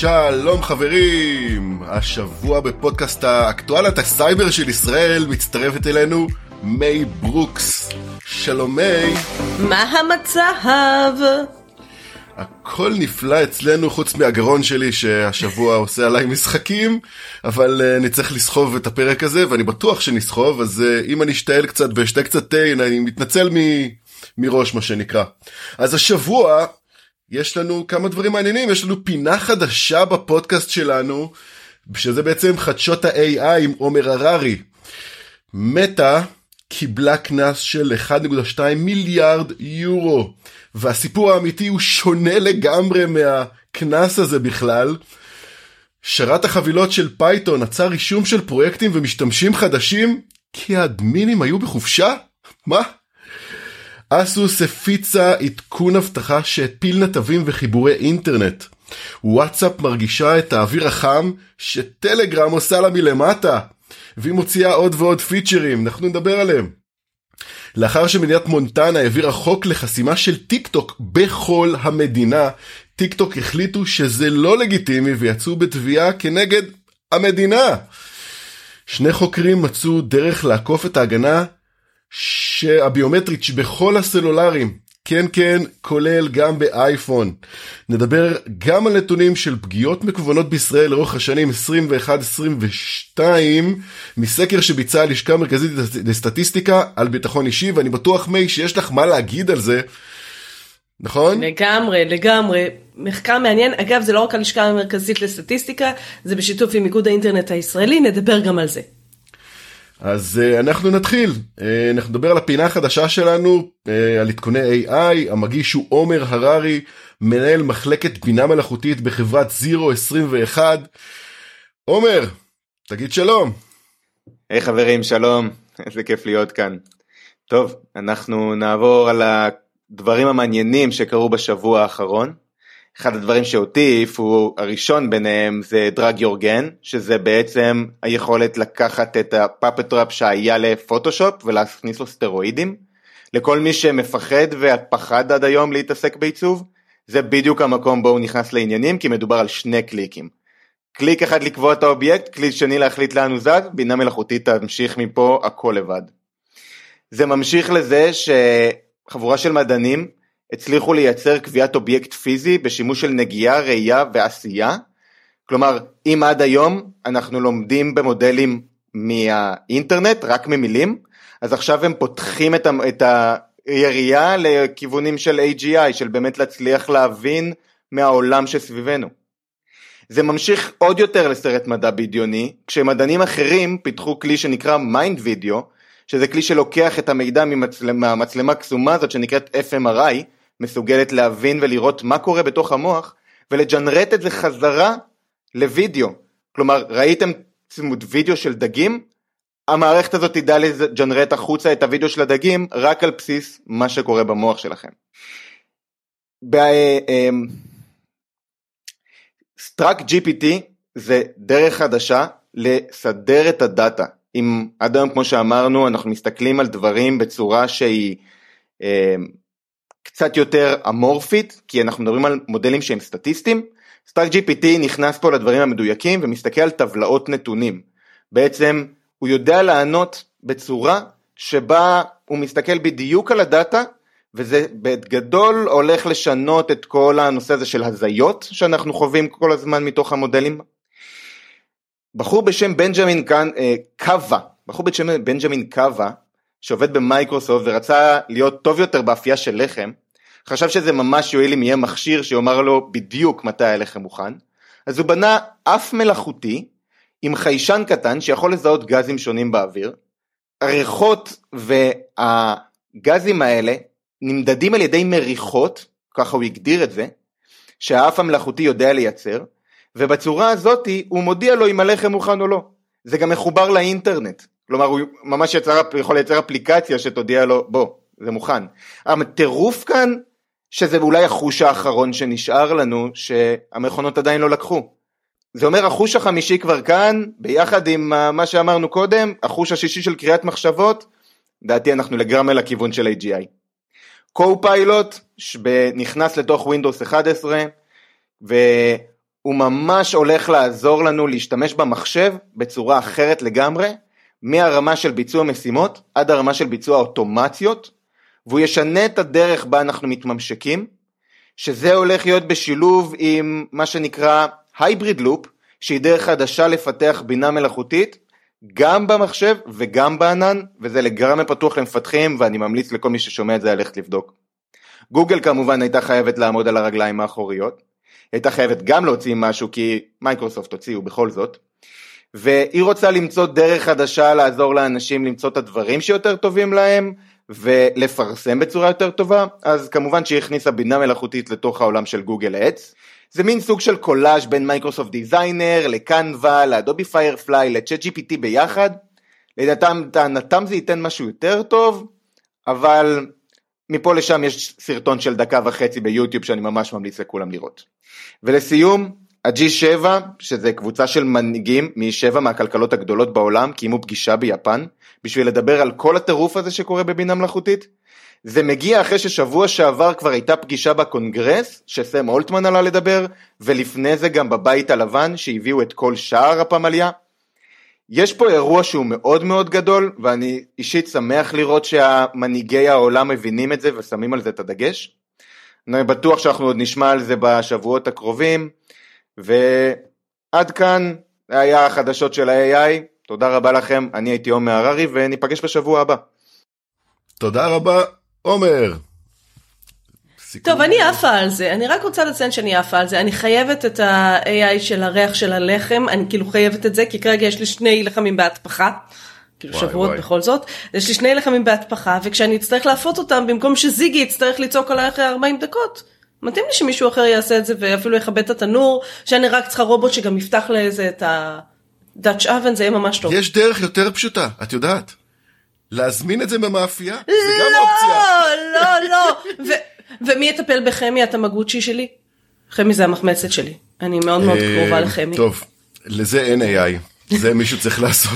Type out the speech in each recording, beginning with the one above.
שלום חברים, השבוע בפודקאסט האקטואלת הסייבר של ישראל מצטרפת אלינו מי ברוקס. שלום מי. מה המצב? הכל נפלא אצלנו חוץ מהגרון שלי שהשבוע עושה עליי משחקים, אבל נצטרך לסחוב את הפרק הזה ואני בטוח שנסחוב, אז אם אני אשתעל קצת ואשתה קצת תה, אני מתנצל מראש מה שנקרא. אז השבוע יש לנו כמה דברים מעניינים, יש לנו פינה חדשה בפודקאסט שלנו, שזה בעצם חדשות ה-AI עם עומר הררי. מטא קיבלה קנס של 1.2 מיליארד יורו, והסיפור האמיתי הוא שונה לגמרי מהקנס הזה בכלל. שרת החבילות של פייתון עצר רישום של פרויקטים ומשתמשים חדשים, כי האדמינים היו בחופשה? מה? אסוס הפיצה עדכון הבטחה שהפיל נתבים וחיבורי אינטרנט. וואטסאפ מרגישה את האוויר החם שטלגרם עושה לה מלמטה, והיא מוציאה עוד ועוד פיצ'רים, אנחנו נדבר עליהם. לאחר שמדינת מונטנה העבירה חוק לחסימה של טיק טוק בכל המדינה, טיק טוק החליטו שזה לא לגיטימי ויצאו בתביעה כנגד המדינה. שני חוקרים מצאו דרך לעקוף את ההגנה שהביומטרית שבכל הסלולרים, כן, כולל גם באייפון. נדבר גם על נתונים של פגיעות מקוונות בישראל לאורך השנים 21-22, מסקר שביצעה הלשכה המרכזית לסטטיסטיקה על ביטחון אישי, ואני בטוח מי שיש לך מה להגיד על זה, נכון? לגמרי. מחקר מעניין. אגב, זה לא רק הלשכה המרכזית לסטטיסטיקה, זה בשיתוף עם איגוד האינטרנט הישראלי, נדבר גם על זה. אז אנחנו נתחיל, אנחנו נדבר על הפינה החדשה שלנו, על עדכוני AI, המגיש הוא עומר הררי, מנהל מחלקת בינה מלאכותית בחברת זירו 21. עומר, תגיד שלום. היי חברים, שלום, איזה כיף להיות כאן. טוב, אנחנו נעבור על הדברים המעניינים שקרו בשבוע האחרון. אחד הדברים שאותי העיפו, הראשון ביניהם זה דרג יורגן, שזה בעצם היכולת לקחת את הפאפטראפ שהיה לפוטושופ ולהכניס לו סטרואידים. לכל מי שמפחד והפחד עד היום להתעסק בעיצוב, זה בדיוק המקום בו הוא נכנס לעניינים, כי מדובר על שני קליקים. קליק אחד לקבוע את האובייקט, קליק שני להחליט לאן הוא זז, בינה מלאכותית תמשיך מפה הכל לבד. זה ממשיך לזה שחבורה של מדענים הצליחו לייצר קביעת אובייקט פיזי בשימוש של נגיעה, ראייה ועשייה. כלומר, אם עד היום אנחנו לומדים במודלים מהאינטרנט, רק ממילים, אז עכשיו הם פותחים את היריעה לכיוונים של AGI, של באמת להצליח להבין מהעולם שסביבנו. זה ממשיך עוד יותר לסרט מדע בדיוני, כשמדענים אחרים פיתחו כלי שנקרא Mind Video, שזה כלי שלוקח את המידע מהמצלמה קסומה הזאת שנקראת fMRI, מסוגלת להבין ולראות מה קורה בתוך המוח, ולג'נרט את זה חזרה לוידאו. כלומר, ראיתם צמוד וידאו של דגים, המערכת הזאת תדע לג'נרט החוצה את הוידאו של הדגים, רק על בסיס מה שקורה במוח שלכם. סטראק GPT זה דרך חדשה לסדר את הדאטה. אם עד היום, כמו שאמרנו, אנחנו מסתכלים על דברים בצורה שהיא קצת יותר אמורפית, כי אנחנו מדברים על מודלים שהם סטטיסטיים. סטראק GPT נכנס פה לדברים המדויקים ומסתכל על טבלאות נתונים. בעצם הוא יודע לענות בצורה שבה הוא מסתכל בדיוק על הדאטה, וזה בגדול הולך לשנות את כל הנושא הזה של הזיות שאנחנו חווים כל הזמן מתוך המודלים. בחור בשם בנג'מין קאבה, שעובד במייקרוסופט ורצה להיות טוב יותר באפייה של לחם, חשב שזה ממש יועיל אם יהיה מכשיר שיאמר לו בדיוק מתי הלחם מוכן, אז הוא בנה אף מלאכותי עם חיישן קטן שיכול לזהות גזים שונים באוויר. הריחות והגזים האלה נמדדים על ידי מריחות, ככה הוא הגדיר את זה, שהאף המלאכותי יודע לייצר, ובצורה הזאת הוא מודיע לו אם הלחם מוכן או לא. זה גם מחובר לאינטרנט, כלומר הוא ממש יכול לייצר אפליקציה שתודיע לו בוא, זה מוכן. הטירוף כאן שזה אולי החוש האחרון שנשאר לנו שהמכונות עדיין לא לקחו. זה אומר החוש החמישי כבר כאן, ביחד עם מה שאמרנו קודם, החוש השישי של קריאת מחשבות, דעתי אנחנו לגמרי לכיוון של AGI. קו-פיילוט נכנס לתוך Windows 11, הוא ממש הולך לעזור לנו להשתמש במחשב בצורה אחרת לגמרי, מהרמה של ביצוע משימות עד הרמה של ביצוע אוטומציות, והוא ישנה את הדרך בה אנחנו מתממשקים, שזה הולך להיות בשילוב עם מה שנקרא הייבריד לופ, שהיא דרך חדשה לפתח בינה מלאכותית, גם במחשב וגם בענן, וזה לגמרי פתוח למפתחים, ואני ממליץ לכל מי ששומע את זה ללכת לבדוק. גוגל כמובן הייתה חייבת לעמוד על הרגליים האחוריות, הייתה חייבת גם להוציא משהו, כי מייקרוסופט הוציאו בכל זאת, והיא רוצה למצוא דרך חדשה לעזור לאנשים למצוא את הדברים שיותר טובים להם, ולפרסם בצורה יותר טובה, אז כמובן שהיא הכניסה בינה מלאכותית לתוך העולם של גוגל אדס, זה מין סוג של קולאז' בין מייקרוסופט דיזיינר, לקנווה, לאדובי פיירפליי, לצ'אט GPT ביחד, לדעתם זה ייתן משהו יותר טוב, אבל מפה לשם יש סרטון של 1.5 דקות ביוטיוב שאני ממש ממליץ לכולם לראות. ולסיום, ה-G7, שזה קבוצה של מנהיגים מ7 מהכלכלות הגדולות בעולם, קיימו פגישה ביפן, בשביל לדבר על כל הטירוף הזה שקורה בבינה מלאכותית. זה מגיע אחרי ששבוע שעבר כבר הייתה פגישה בקונגרס, שסם אולטמן עלה לדבר, ולפני זה גם בבית הלבן, שהביאו את כל שאר הפמליה. יש פה אירוע שהוא מאוד מאוד גדול, ואני אישית שמח לראות שהמנהיגי העולם מבינים את זה, ושמים על זה את הדגש. אני בטוח שאנחנו עוד נשמע על זה בשבועות הקרובים, ועד כאן היה החדשות של ה-AI, תודה רבה לכם, אני הייתי עומר הררי, וניפגש בשבוע הבא. תודה רבה, עומר. טוב, אני עפה על זה, אני רק רוצה לציין שאני עפה על זה, אני חייבת את ה-AI של הריח של הלחם, אני כאילו חייבת את זה, כי כרגע יש לי 2 לחמים בהתפחה, כאילו שבועות בכל זאת, יש לי 2 לחמים בהתפחה, וכשאני אצטרך להפות אותם, במקום שזיגי יצטרך לצעוק עליי אחרי 40 דקות, מתאים לי שמישהו אחר יעשה את זה, ואפילו יכבד את התנור, שאני רק צריכה רובוט שגם יפתח לזה את ה-Dutch oven, זה יהיה ממש טוב. יש דרך יותר פשוטה, את יודעת, להזמין את זה במאפייה, זה גם אופציה. לא, ומי יטפל בחמי, את המגוצ'י שלי? חמי זה המחמצת שלי, אני מאוד מאוד קרובה לחמי. טוב, לזה אין AI, זה מישהו צריך לעשות.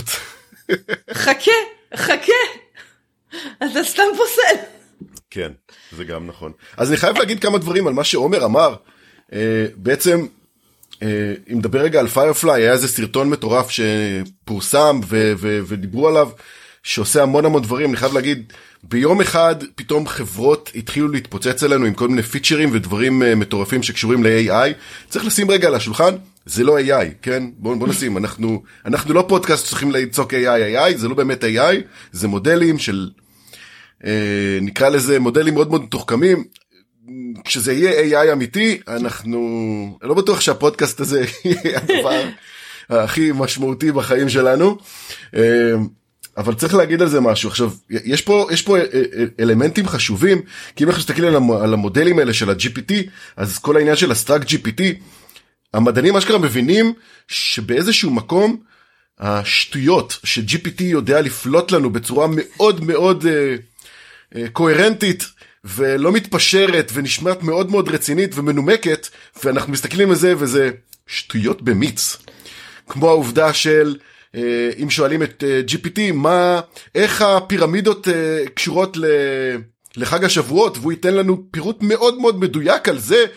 חכה, אתה סתם פוסל. כן, זה גם נכון. אז אני חייב להגיד כמה דברים על מה שעומר אמר. בעצם, אם נדבר רגע על פיירפליי, היה איזה סרטון מטורף שפורסם ודיברו עליו, שעושה המון דברים. אני חייב להגיד, ביום אחד פתאום חברות התחילו להתפוצץ אלינו עם כל מיני פיצ'רים ודברים מטורפים שקשורים ל-AI. צריך לשים רגע על השולחן, זה לא AI, כן? בוא נשים, אנחנו לא פודקאסט שצריכים לצעוק AI, זה לא באמת AI, זה מודלים של, נקרא לזה מודלים מאוד מאוד מתוחכמים. כשזה יהיה AI אמיתי, אני לא בטוח שהפודקאסט הזה יהיה הדבר הכי משמעותי בחיים שלנו, אבל צריך להגיד על זה משהו. עכשיו, יש פה אלמנטים חשובים, כי אם אנחנו מסתכלים על המודלים האלה של ה-GPT, אז כל העניין של ה-Struct GPT, המדענים אשכרה מבינים שבאיזשהו מקום, השטויות ש-GPT יודע לפלוט לנו בצורה מאוד מאוד קוהרנטית, ולא מתפשרת, ונשמעת מאוד מאוד רצינית ומנומקת, ואנחנו מסתכלים על זה, וזה שטויות במיץ. כמו העובדה של, אם שואלים את GPT, איך הפירמידות קשורות לחג השבועות, והוא ייתן לנו פירוט מאוד מאוד מדויק על זה,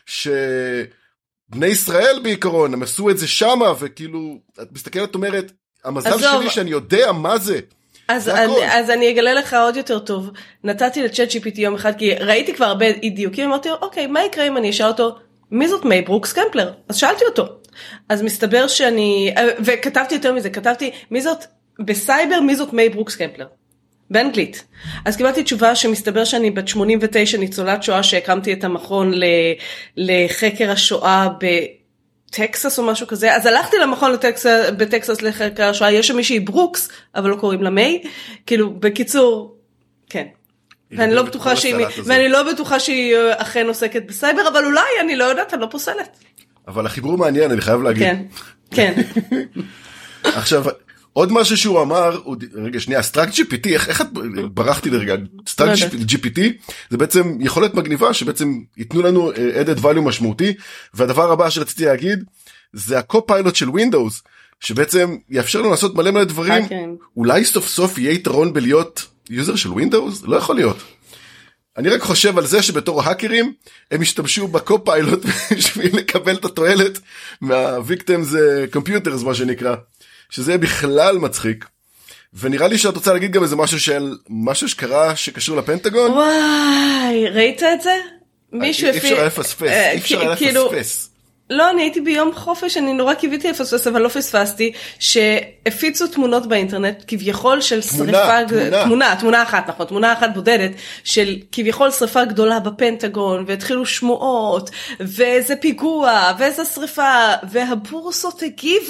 שבני ישראל בעיקרון, הם עשו את זה שמה, וכאילו, את מסתכלת אומרת, המזל שלי שאני יודע מה זה. אז אני אגלה לך עוד יותר טוב, נתתי לצ'אט GPT יום אחד, כי ראיתי כבר הרבה דיוקים, אמרתי לו, אוקיי, מה יקרה אם אני אשאל אותו, מי זאת מיי ברוקס קמפלר? אז שאלתי אותו, אז מסתבר שאני, וכתבתי יותר מזה, כתבתי, מי זאת, בסייבר, מי זאת מיי ברוקס קמפלר? באנגלית. אז קיבלתי תשובה שמסתבר שאני בת 89 ניצולת שואה, שהקמתי את המכון לחקר השואה טקסס או משהו כזה, אז הלכתי למכון בטקסס לחקר השואה, יש שם מישהי ברוקס, אבל לא קוראים לה מיי, כאילו בקיצור, כן. ואני לא בטוחה שהיא אכן עוסקת בסייבר, אבל אולי, אני לא יודעת, אני לא פוסלת. אבל החיבור מעניין, אני חייב להגיד. כן. עכשיו, עוד משהו שהוא אמר, רגע שנייה, Struct GPT, איך את ברחתי לרגע, Struct GPT, זה בעצם יכולת מגניבה, שבעצם ייתנו לנו added value משמעותי, והדבר הבא שרציתי להגיד, זה ה-co-pilot של Windows, שבעצם יאפשר לנו לעשות מלא דברים, אולי סוף סוף יהיה יתרון בלהיות יוזר של Windows? לא יכול להיות. אני רק חושב על זה שבתור האקרים, הם השתמשו בקופיילוט בשביל לקבל את התועלת מה-Victims Computers, מה שנקרא, שזה בכלל מצחיק. ונראה לי שאת רוצה להגיד גם איזה משהו שקרה שקשור לפנטגון? וואי, ראית את זה? מישהו אי אפשר לפספס, אי אפשר לפספס. לא, אני הייתי ביום חופש, אני נורא קיוויתי לפספס, אבל לא פספסתי, שהפיצו תמונות באינטרנט, כביכול של שריפה, תמונה אחת, נכון, תמונה אחת בודדת, של כביכול שריפה גדולה בפנטגון, והתחילו שמועות, ואיזה פיגוע, ואיזה שריפה, והבורסות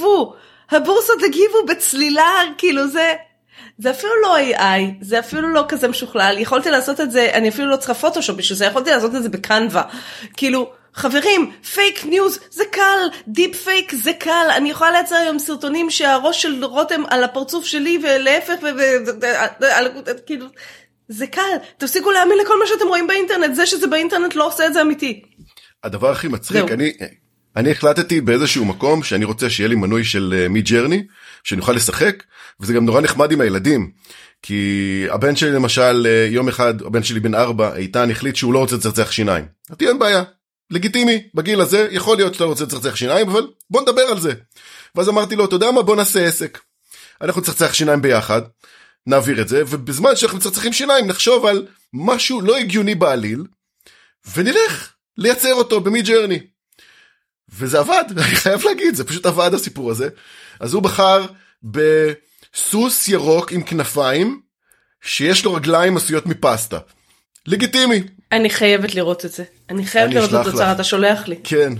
הגיבו בצלילה, כאילו זה אפילו לא AI, זה אפילו לא כזה משוכלל, יכולתי לעשות את זה, אני אפילו לא צריכה פוטושופ בשביל זה, יכולתי לעשות את זה בקנווה, כאילו, חברים, פייק ניוז זה קל, דיפ פייק זה קל, אני יכולה לייצר היום סרטונים שהראש של רותם על הפרצוף שלי ולהפך, כאילו, זה קל, תפסיקו להאמין לכל מה שאתם רואים באינטרנט, זה שזה באינטרנט לא עושה את זה אמיתי. הדבר הכי מצחיק, אני החלטתי באיזשהו מקום שאני רוצה שיהיה לי מנוי של מידג'רני, שאני אוכל לשחק, וזה גם נורא נחמד עם הילדים, כי הבן שלי למשל, יום אחד, הבן שלי בן 4, איתן החליט שהוא לא רוצה לצרצח שיניים. אמרתי, אין בעיה, לגיטימי, בגיל הזה, יכול להיות שאתה רוצה לצרצח שיניים, אבל בוא נדבר על זה. ואז אמרתי לו, אתה יודע מה, בוא נעשה עסק. אנחנו נצרצח שיניים ביחד, נעביר את זה, ובזמן שאנחנו מצרצחים שיניים, נחשוב על משהו לא הגיוני בעליל, ונלך לייצר אותו במידג'רני. וזה עבד, אני חייב להגיד, זה פשוט עבד הסיפור הזה. אז הוא בחר בסוס ירוק עם כנפיים, שיש לו רגליים עשויות מפסטה. לגיטימי. אני חייבת לראות את זה. אני חייבת לראות את התוצאה, אתה שולח לי. כן.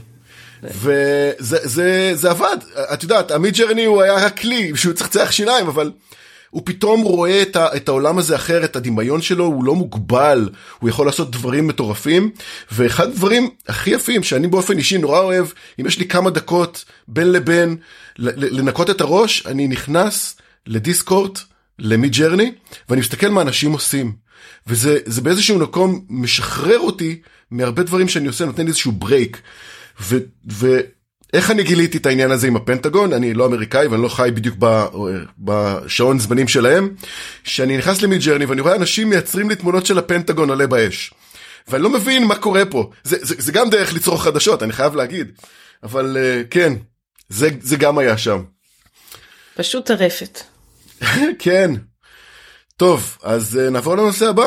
וזה עבד. את יודעת, המידג'רני הוא היה רק כלי, שהוא צחצח שיניים, אבל הוא פתאום רואה את העולם הזה אחרת, הדמיון שלו הוא לא מוגבל, הוא יכול לעשות דברים מטורפים, ואחד הדברים הכי יפים שאני באופן אישי נורא אוהב, אם יש לי כמה דקות בין לבין לנקות את הראש, אני נכנס לדיסקורד, למידג'רני, ואני מסתכל מה אנשים עושים, וזה באיזשהו מקום משחרר אותי מהרבה דברים שאני עושה, נותן לי איזשהו ברייק, איך אני גיליתי את העניין הזה עם הפנטגון? אני לא אמריקאי ואני לא חי בדיוק בשעון זמנים שלהם, שאני נכנס למידג'רני ואני רואה אנשים מייצרים לי תמונות של הפנטגון עולה באש. ואני לא מבין מה קורה פה. זה גם דרך ליצור חדשות, אני חייב להגיד. אבל כן, זה גם היה שם. פשוט טרפת. כן. טוב, אז נעבור לנושא הבא.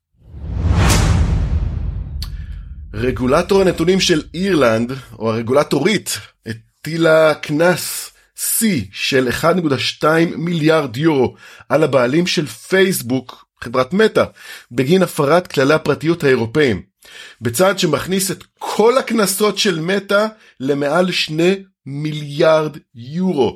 רגולטור הנתונים של אירלנד, או הרגולטורית, הטילה קנס C של 1.2 מיליארד יורו על הבעלים של פייסבוק, חברת מטא, בגין הפרת כללי הפרטיות האירופאים. בצעד שמכניס את כל הקנסות של מטא למעל 2 מיליארד יורו.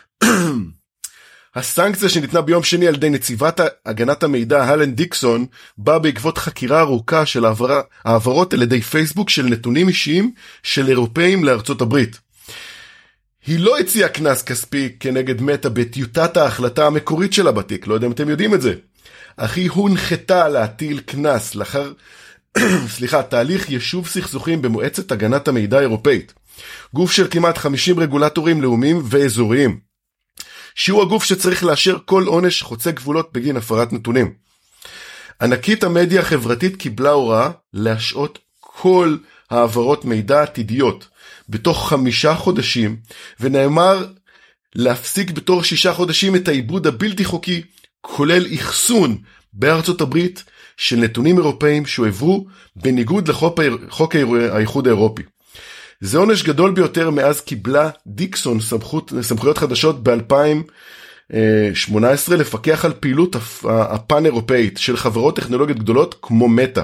הסנקציה שניתנה ביום שני על ידי נציבת הגנת המידע הלן דיקסון באה בעקבות חקירה ארוכה של העברות על ידי פייסבוק של נתונים אישיים של אירופאים לארצות הברית. היא לא הציעה קנס כספי כנגד מטא בטיוטת ההחלטה המקורית שלה בתיק, לא יודע אם אתם יודעים את זה. אך היא הונחתה להטיל קנס לאחר תהליך יישוב סכסוכים במועצת הגנת המידע האירופאית. גוף של כמעט 50 רגולטורים לאומיים ואזוריים. שהוא הגוף שצריך לאשר כל עונש חוצה גבולות בגין הפרת נתונים. ענקית המדיה החברתית קיבלה הוראה להשעות כל העברות מידע עתידיות בתוך 5 חודשים, ונאמר להפסיק בתור 6 חודשים את העיבוד הבלתי חוקי, כולל אחסון בארצות הברית של נתונים אירופאים שהועברו בניגוד לחוק האיחוד האירופי. זה עונש גדול ביותר מאז קיבלה דיקסון סמכויות חדשות ב-2018 לפקח על פעילות הפן אירופאית של חברות טכנולוגיות גדולות כמו מטא.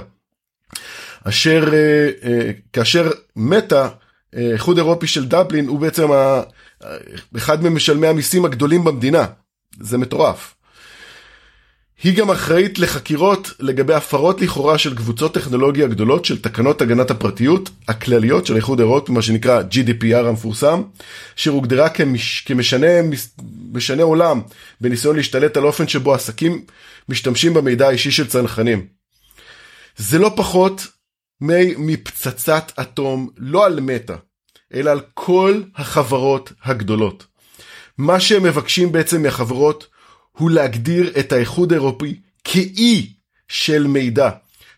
כאשר מטא, איחוד אירופי של דבלין, הוא בעצם אחד ממשלמי המיסים הגדולים במדינה. זה מטורף. היא גם אחראית לחקירות לגבי הפרות לכאורה של קבוצות טכנולוגיה גדולות של תקנות הגנת הפרטיות הכלליות של האיחוד האירופי, מה שנקרא GDPR המפורסם, שהוגדרה כמשנה עולם בניסיון להשתלט על אופן שבו עסקים משתמשים במידע האישי של צרכנים. זה לא פחות מפצצת אטום, לא על מטא, אלא על כל החברות הגדולות. מה שהם מבקשים בעצם מהחברות הוא להגדיר את האיחוד האירופי כאי של מידע,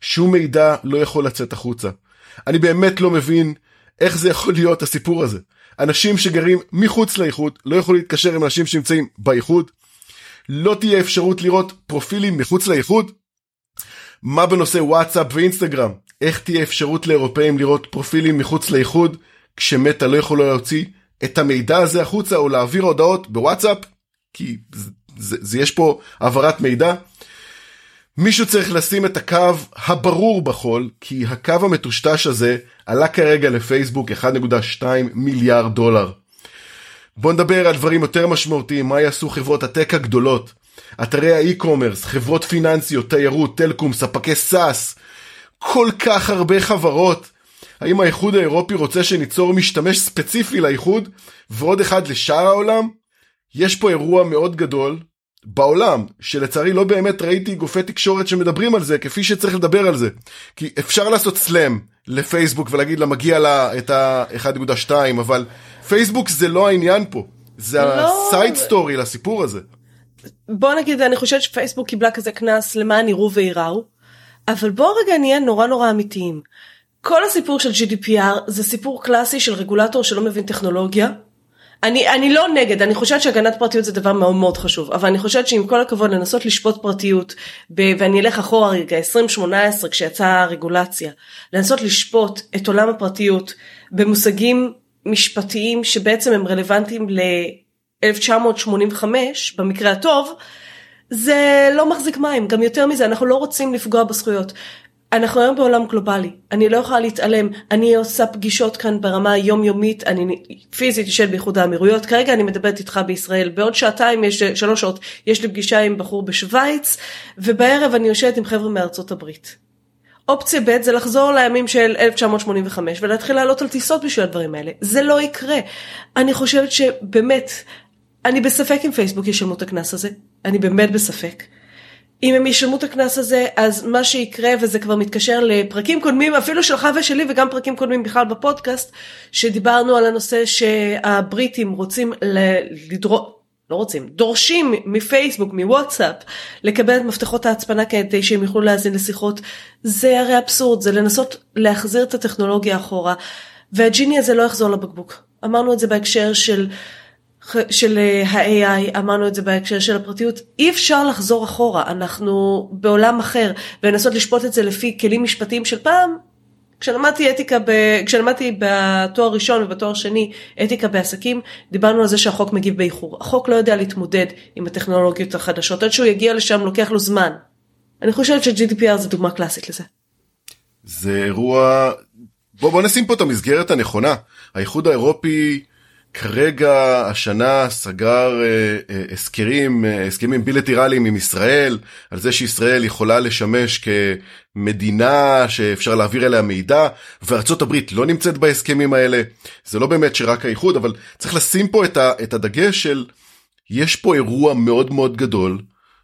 שום מידע לא יכול לצאת החוצה. אני באמת לא מבין איך זה יכול להיות הסיפור הזה. אנשים שגרים מחוץ לאיחוד לא יכולים להתקשר עם אנשים שנמצאים באיחוד. לא תהיה אפשרות לראות פרופילים מחוץ לאיחוד. מה בנושא וואטסאפ ואינסטגרם? איך תהיה אפשרות לאירופאים לראות פרופילים מחוץ לאיחוד, כשמטה לא יכולה להוציא את המידע הזה החוצה, או להעביר הודעות בוואטסאפ? כי יש פה העברת מידע. מישהו צריך לשים את הקו הברור בחול, כי הקו המטושטש הזה עלה כרגע לפייסבוק 1.2 מיליארד דולר. בוא נדבר על דברים יותר משמעותיים. מה יעשו חברות הטק הגדולות? אתרי האי-קומרס, חברות פיננסיות, תיירות, טלקום, ספקי סאס, כל כך הרבה חברות. האם האיחוד האירופי רוצה שניצור משתמש ספציפי לאיחוד, ועוד אחד לשאר העולם? יש פה אירוע מאוד גדול בעולם, שלצערי לא באמת ראיתי גופי תקשורת שמדברים על זה, כפי שצריך לדבר על זה. כי אפשר לעשות סלם לפייסבוק ולהגיד לה מגיע לה את ה-1.2, אבל פייסבוק זה לא העניין פה. זה הסייד סטורי לסיפור הזה. בוא נגיד, אני חושבת שפייסבוק קיבלה כזה כנס למען יראו ויראו, אבל בוא רגע נהיה נורא נורא אמיתיים. כל הסיפור של GDPR זה סיפור קלאסי של רגולטור שלא מבין טכנולוגיה. אני לא נגד, אני חושבת שהגנת פרטיות זה דבר מאוד מאוד חשוב, אבל אני חושבת שעם כל הכבוד לנסות לשפוט פרטיות, ואני אלך אחורה רגע, 2018 כשיצאה הרגולציה, לנסות לשפוט את עולם הפרטיות במושגים משפטיים שבעצם הם רלוונטיים ל-1985, במקרה הטוב, זה לא מחזיק מים. גם יותר מזה, אנחנו לא רוצים לפגוע בזכויות. אנחנו היום בעולם גלובלי, אני לא יכולה להתעלם, אני עושה פגישות כאן ברמה יומיומית, אני פיזית יושבת באיחוד האמירויות, כרגע אני מדברת איתך בישראל, בעוד שעתיים, 3 שעות, יש לי פגישה עם בחור בשוויץ, ובערב אני יושבת עם חבר'ה מארצות הברית. אופציה ב' זה לחזור לימים של 1985, ולהתחיל לעלות על טיסות בשביל הדברים האלה. זה לא יקרה. אני חושבת שבאמת, אני בספק אם פייסבוק ישלמו את הכנס הזה, אני באמת בספק. אם הם ישלמו את הכנס הזה, אז מה שיקרה, וזה כבר מתקשר לפרקים קודמים, אפילו שלך ושלי, וגם פרקים קודמים בכלל בפודקאסט, שדיברנו על הנושא שהבריטים רוצים דורשים מפייסבוק, מוואטסאפ, לקבל את מפתחות ההצפנה כדי שהם יוכלו להאזין לשיחות. זה הרי אבסורד, זה לנסות להחזיר את הטכנולוגיה אחורה, והג'יני הזה לא יחזור לבקבוק. אמרנו את זה בהקשר של ה-AI, אמרנו את זה בהקשר של הפרטיות, אי אפשר לחזור אחורה, אנחנו בעולם אחר, ולנסות לשפוט את זה לפי כלים משפטיים של פעם. כשלמדתי בתואר ראשון ובתואר שני אתיקה בעסקים, דיברנו על זה שהחוק מגיב באיחור. החוק לא יודע להתמודד עם הטכנולוגיות החדשות, עד שהוא יגיע לשם לוקח לו זמן. אני חושבת ש-GDPR זה דוגמה קלאסית לזה. זה אירוע, בוא נשים פה את המסגרת הנכונה. האיחוד האירופי כרגע השנה סגר הסכמים בילטרליים עם ישראל, על זה שישראל יכולה לשמש כמדינה שאפשר להעביר אליה מידע, וארצות הברית לא נמצאת בהסכמים האלה. זה לא באמת שרק האיחוד, אבל צריך לשים פה את הדגש של, יש פה אירוע מאוד מאוד גדול,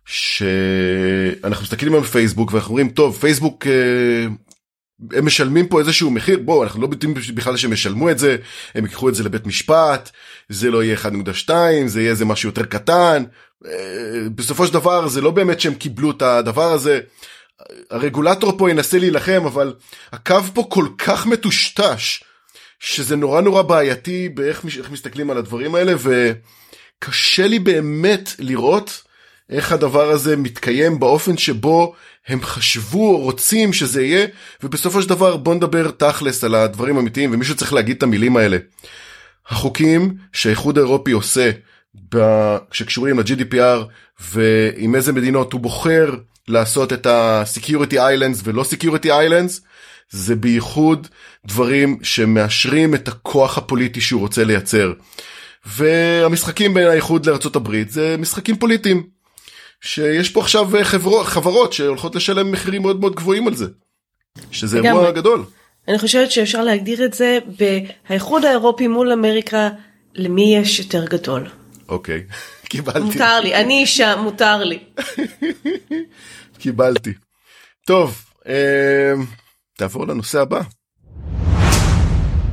שאנחנו מסתכלים על פייסבוק, ואנחנו אומרים, טוב, פייסבוק הם משלמים פה איזשהו מחיר, בואו, אנחנו לא בטוחים בכלל שהם ישלמו את זה, הם יקחו את זה לבית משפט, זה לא יהיה 1.2, זה יהיה איזה משהו יותר קטן, בסופו של דבר זה לא באמת שהם קיבלו את הדבר הזה, הרגולטור פה ינסה להילחם, אבל הקו פה כל כך מטושטש, שזה נורא נורא בעייתי באיך מסתכלים על הדברים האלה, וקשה לי באמת לראות איך הדבר הזה מתקיים באופן שבו הם חשבו או רוצים שזה יהיה, ובסופו של דבר בוא נדבר תכלס על הדברים האמיתיים, ומישהו צריך להגיד את המילים האלה. החוקים שהאיחוד האירופי עושה, שקשורים ל-GDPR, ועם איזה מדינות הוא בוחר לעשות את ה-Security Islands ולא Security Islands, זה בייחוד דברים שמאשרים את הכוח הפוליטי שהוא רוצה לייצר. והמשחקים בין האיחוד לארצות הברית זה משחקים פוליטיים. שיש פה עכשיו חברות שהולכות לשלם מחירים מאוד מאוד גבוהים על זה, שזה אירוע גדול. אני חושבת שאפשר להגדיר את זה באיחוד האירופי מול אמריקה, למי יש יותר גדול. אוקיי, קיבלתי. מותר לי, אני אישה, מותר לי. קיבלתי. טוב, תעבור לנושא הבא.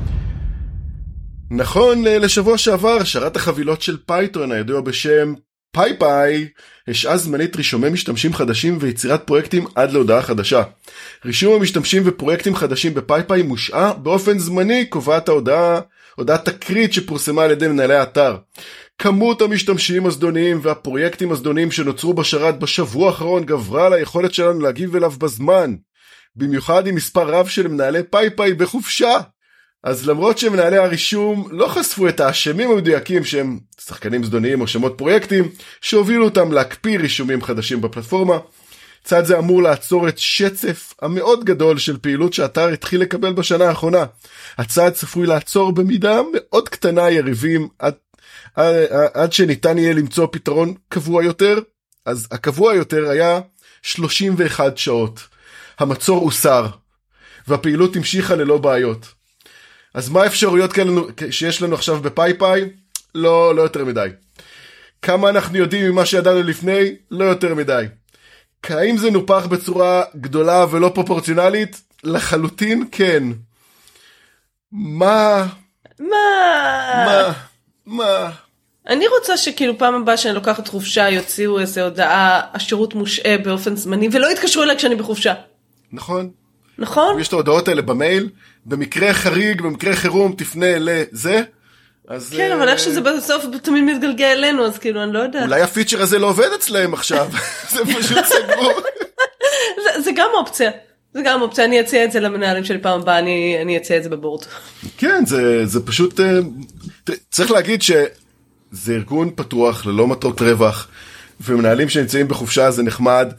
נכון לשבוע שעבר, שרת החבילות של פייתון, הידוע בשם פייפאי השעה זמנית רישומי משתמשים חדשים ויצירת פרויקטים עד להודעה חדשה. רישום המשתמשים ופרויקטים חדשים בפייפאי מושעה באופן זמני, קובעת הודעת תקרית שפורסמה על ידי מנהלי האתר. כמות המשתמשים הזדוניים והפרויקטים הזדוניים שנוצרו בשרת בשבוע האחרון גברה על היכולת שלנו להגיב אליו בזמן, במיוחד עם מספר רב של מנהלי פייפאי בחופשה. אז למרות שמנהלי הרישום לא חשפו את האשמים המדויקים שהם שחקנים זדוניים או שמות פרויקטים שהובילו אותם להקפיא רישומים חדשים בפלטפורמה, צעד זה אמור לעצור את שצף המאוד גדול של פעילות שהאתר התחיל לקבל בשנה האחרונה. הצעד צפוי לעצור במידה מאוד קטנה יריבים עד שניתן יהיה למצוא פתרון קבוע יותר. אז הקבוע יותר היה 31 שעות. המצור הוסר והפעילות המשיכה ללא בעיות. אז מה האפשרויות שיש לנו עכשיו בפייפאי? לא יותר מדי. כמה אנחנו יודעים ממה שידענו לפני? לא יותר מדי. האם זה נופח בצורה גדולה ולא פרופורציונלית? לחלוטין כן. מה? אני רוצה שכאילו פעם הבאה שאני לוקחת חופשה יוציאו איזו הודעה, השירות מושעה באופן זמני, ולא יתקשרו אליי כשאני בחופשה. נכון. נכון? יש את ההודעות האלה במייל, במקרה חריג, במקרה חירום, תפנה לזה. כן, אבל איך שזה בסוף תמיד מתגלגל אלינו, אז כאילו אני לא יודעת. אולי הפיצ'ר הזה לא עובד אצלהם עכשיו, זה פשוט סגור. זה גם אופציה. זה גם אופציה, אני אציע את זה למנהלים שלי פעם הבאה, אני אציע את זה בבורד. כן, זה פשוט, צריך להגיד שזה ארגון פתוח ללא מטרות רווח, ומנהלים שנמצאים בחופשה זה נחמד,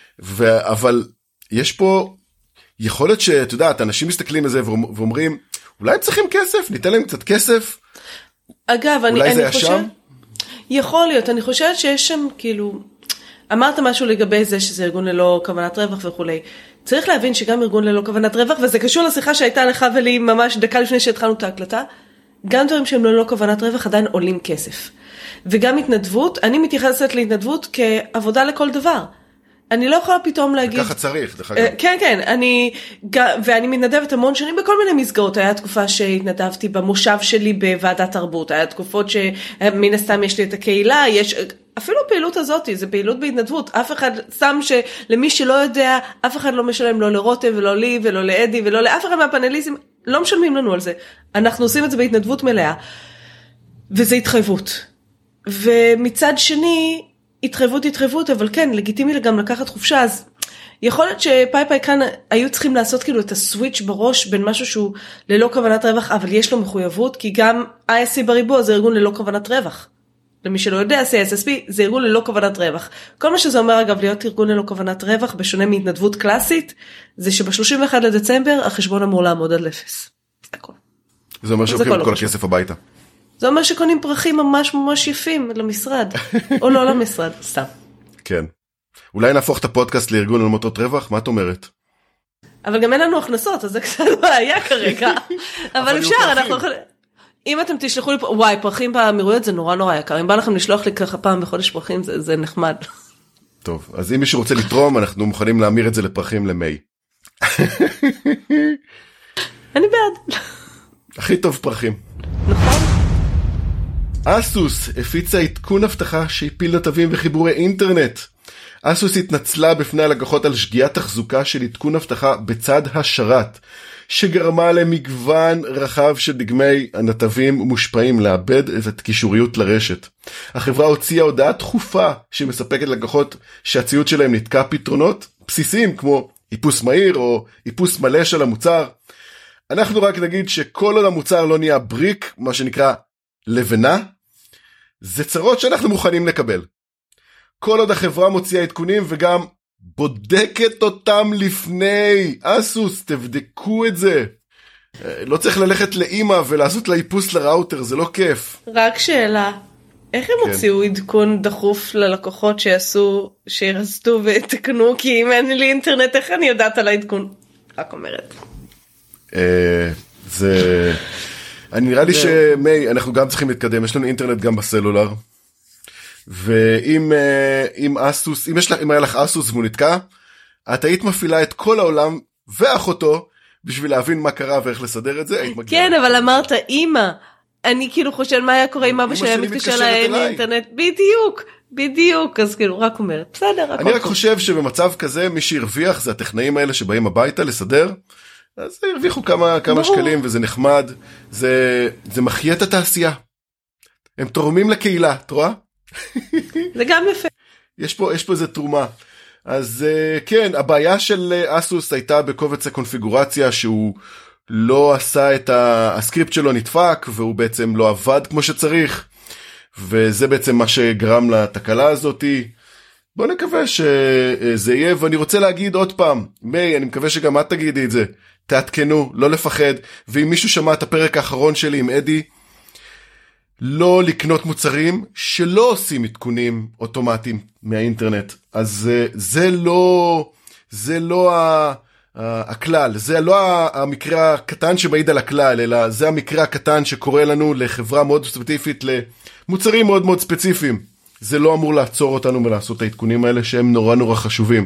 אבל יש פה יכולת שאתה יודעת, אנשים מסתכלים על זה ואומרים, אולי הם צריכים כסף, ניתן להם קצת כסף. אגב, אני חושבת, יכול להיות, אני חושבת שיש שם כאילו, אמרת משהו לגבי זה שזה ארגון ללא כוונת רווח וכולי. צריך להבין שגם ארגון ללא כוונת רווח, וזה קשור לשיחה שהייתה לך ולי ממש דקה לפני שהתחלנו את ההקלטה, גם דברים שהם ללא כוונת רווח עדיין עולים כסף. וגם התנדבות, אני מתייחסת להתנדבות כעבודה לכל דבר. אני לא יכולה פתאום להגיד... וככה צריך, דרך אגב. כן, ואני מתנדבת המון שנים בכל מיני מסגרות. היה תקופה שהתנדבתי במושב שלי בוועדת תרבות, היה תקופות שמן הסתם יש לי את הקהילה, יש... אפילו הפעילות הזאת, זה פעילות בהתנדבות. אף אחד שם שלמי שלא יודע, אף אחד לא משלם לא לרותם ולא לי ולא לאדי ולא לאף אחד מהפאנליסטים, לא משלמים לנו על זה. אנחנו עושים את זה בהתנדבות מלאה. וזה התחייבות. ומצד שני... התחייבות, אבל כן, לגיטימי גם לקחת חופשה, אז יכול להיות שפייפאי כאן היו צריכים לעשות כאילו את הסוויץ' בראש בין משהו שהוא ללא כוונת רווח, אבל יש לו מחויבות, כי גם ISC בריבוע זה ארגון ללא כוונת רווח. למי שלא יודע, CSSP זה ארגון ללא כוונת רווח. כל מה שזה אומר אגב להיות ארגון ללא כוונת רווח, בשונה מהתנדבות קלאסית, זה שב-31 לדצמבר החשבון אמור לעמוד עד אפס. זה אומר שלוקחים כל הכסף הביתה. זה אומר שקונים פרחים ממש ממש יפים למשרד, או לא למשרד, סתם. כן. אולי נהפוך את הפודקאסט לארגון על מטרות רווח, מה את אומרת? אבל גם אין לנו הכנסות, אז זה קצת בעיה כרגע. אבל אפשר, אנחנו יכולים... אם אתם תשלחו לי פה, וואי, פרחים באמירויות זה נורא נורא יקר, אם בא לכם לשלוח לי ככה פעם בחודש פרחים, זה נחמד. טוב, אז אם מישהו רוצה לתרום, אנחנו מוכנים להמיר את זה לפרחים למי. אני בעד. הכי טוב פרחים. נכון. אסוס הפיצה עדכון הבטחה שהפיל נתבים וחיבורי אינטרנט. אסוס התנצלה בפני הלקוחות על שגיאת תחזוקה של עדכון הבטחה בצד השרת, שגרמה למגוון רחב של דגמי הנתבים מושפעים לאבד את הקישוריות לרשת. החברה הוציאה הודעה דחופה שמספקת לקוחות שהציוד שלהם נתקע פתרונות בסיסיים כמו איפוס מהיר או איפוס מלא של המוצר. אנחנו רק נגיד שכל עוד המוצר לא נהיה בריק, מה שנקרא לבנה, זה צרות שאנחנו מוכנים לקבל. כל עוד החברה מוציאה עדכונים וגם בודקת אותם לפני. אסוס, תבדקו את זה. לא צריך ללכת לאמא ולעשות לה איפוס לראוטר, זה לא כיף. רק שאלה, איך הם הוציאו עדכון דחוף ללקוחות שירסטו ותקנו, כי אם אין לי אינטרנט, איך אני יודעת על העדכון? רק אומרת. זה... אני נראה לי שמי, אנחנו גם צריכים להתקדם, יש לנו אינטרנט גם בסלולר, ואם אסוס, אם היה לך אסוס והוא נתקע, את היית מפעילה את כל העולם ואחותו, בשביל להבין מה קרה ואיך לסדר את זה, היית מגיעה. כן, אבל אמרת אמא, אני כאילו חושב מה היה קורה אם אבא שהיה מתקשר לאינטרנט, בדיוק, בדיוק, אז כאילו רק אומרת, בסדר. אני רק חושב שבמצב כזה, מי שהרוויח זה הטכנאים האלה שבאים הביתה לסדר, אז הרוויחו כמה שקלים וזה נחמד, זה מחיה את התעשייה. הם תורמים לקהילה, את רואה? זה גם יפה. יש פה איזה תרומה. אז כן, הבעיה של אסוס הייתה בקובץ הקונפיגורציה שהוא לא עשה הסקריפט שלו נדפק, והוא בעצם לא עבד כמו שצריך, וזה בעצם מה שגרם לתקלה הזאת. בוא נקווה שזה יהיה, ואני רוצה להגיד עוד פעם, מי, אני מקווה שגם את תגידי את זה, תעדכנו, לא לפחד, ואם מישהו שמע את הפרק האחרון שלי עם אדי, לא לקנות מוצרים שלא עושים עדכונים אוטומטיים מהאינטרנט. אז זה לא הכלל, זה לא המקרה הקטן שמעיד על הכלל, אלא זה המקרה הקטן שקורה לנו לחברה מאוד ספציפית, למוצרים מאוד מאוד ספציפיים. זה לא אמור לעצור אותנו מלעשות את העדכונים האלה שהם נורא חשובים.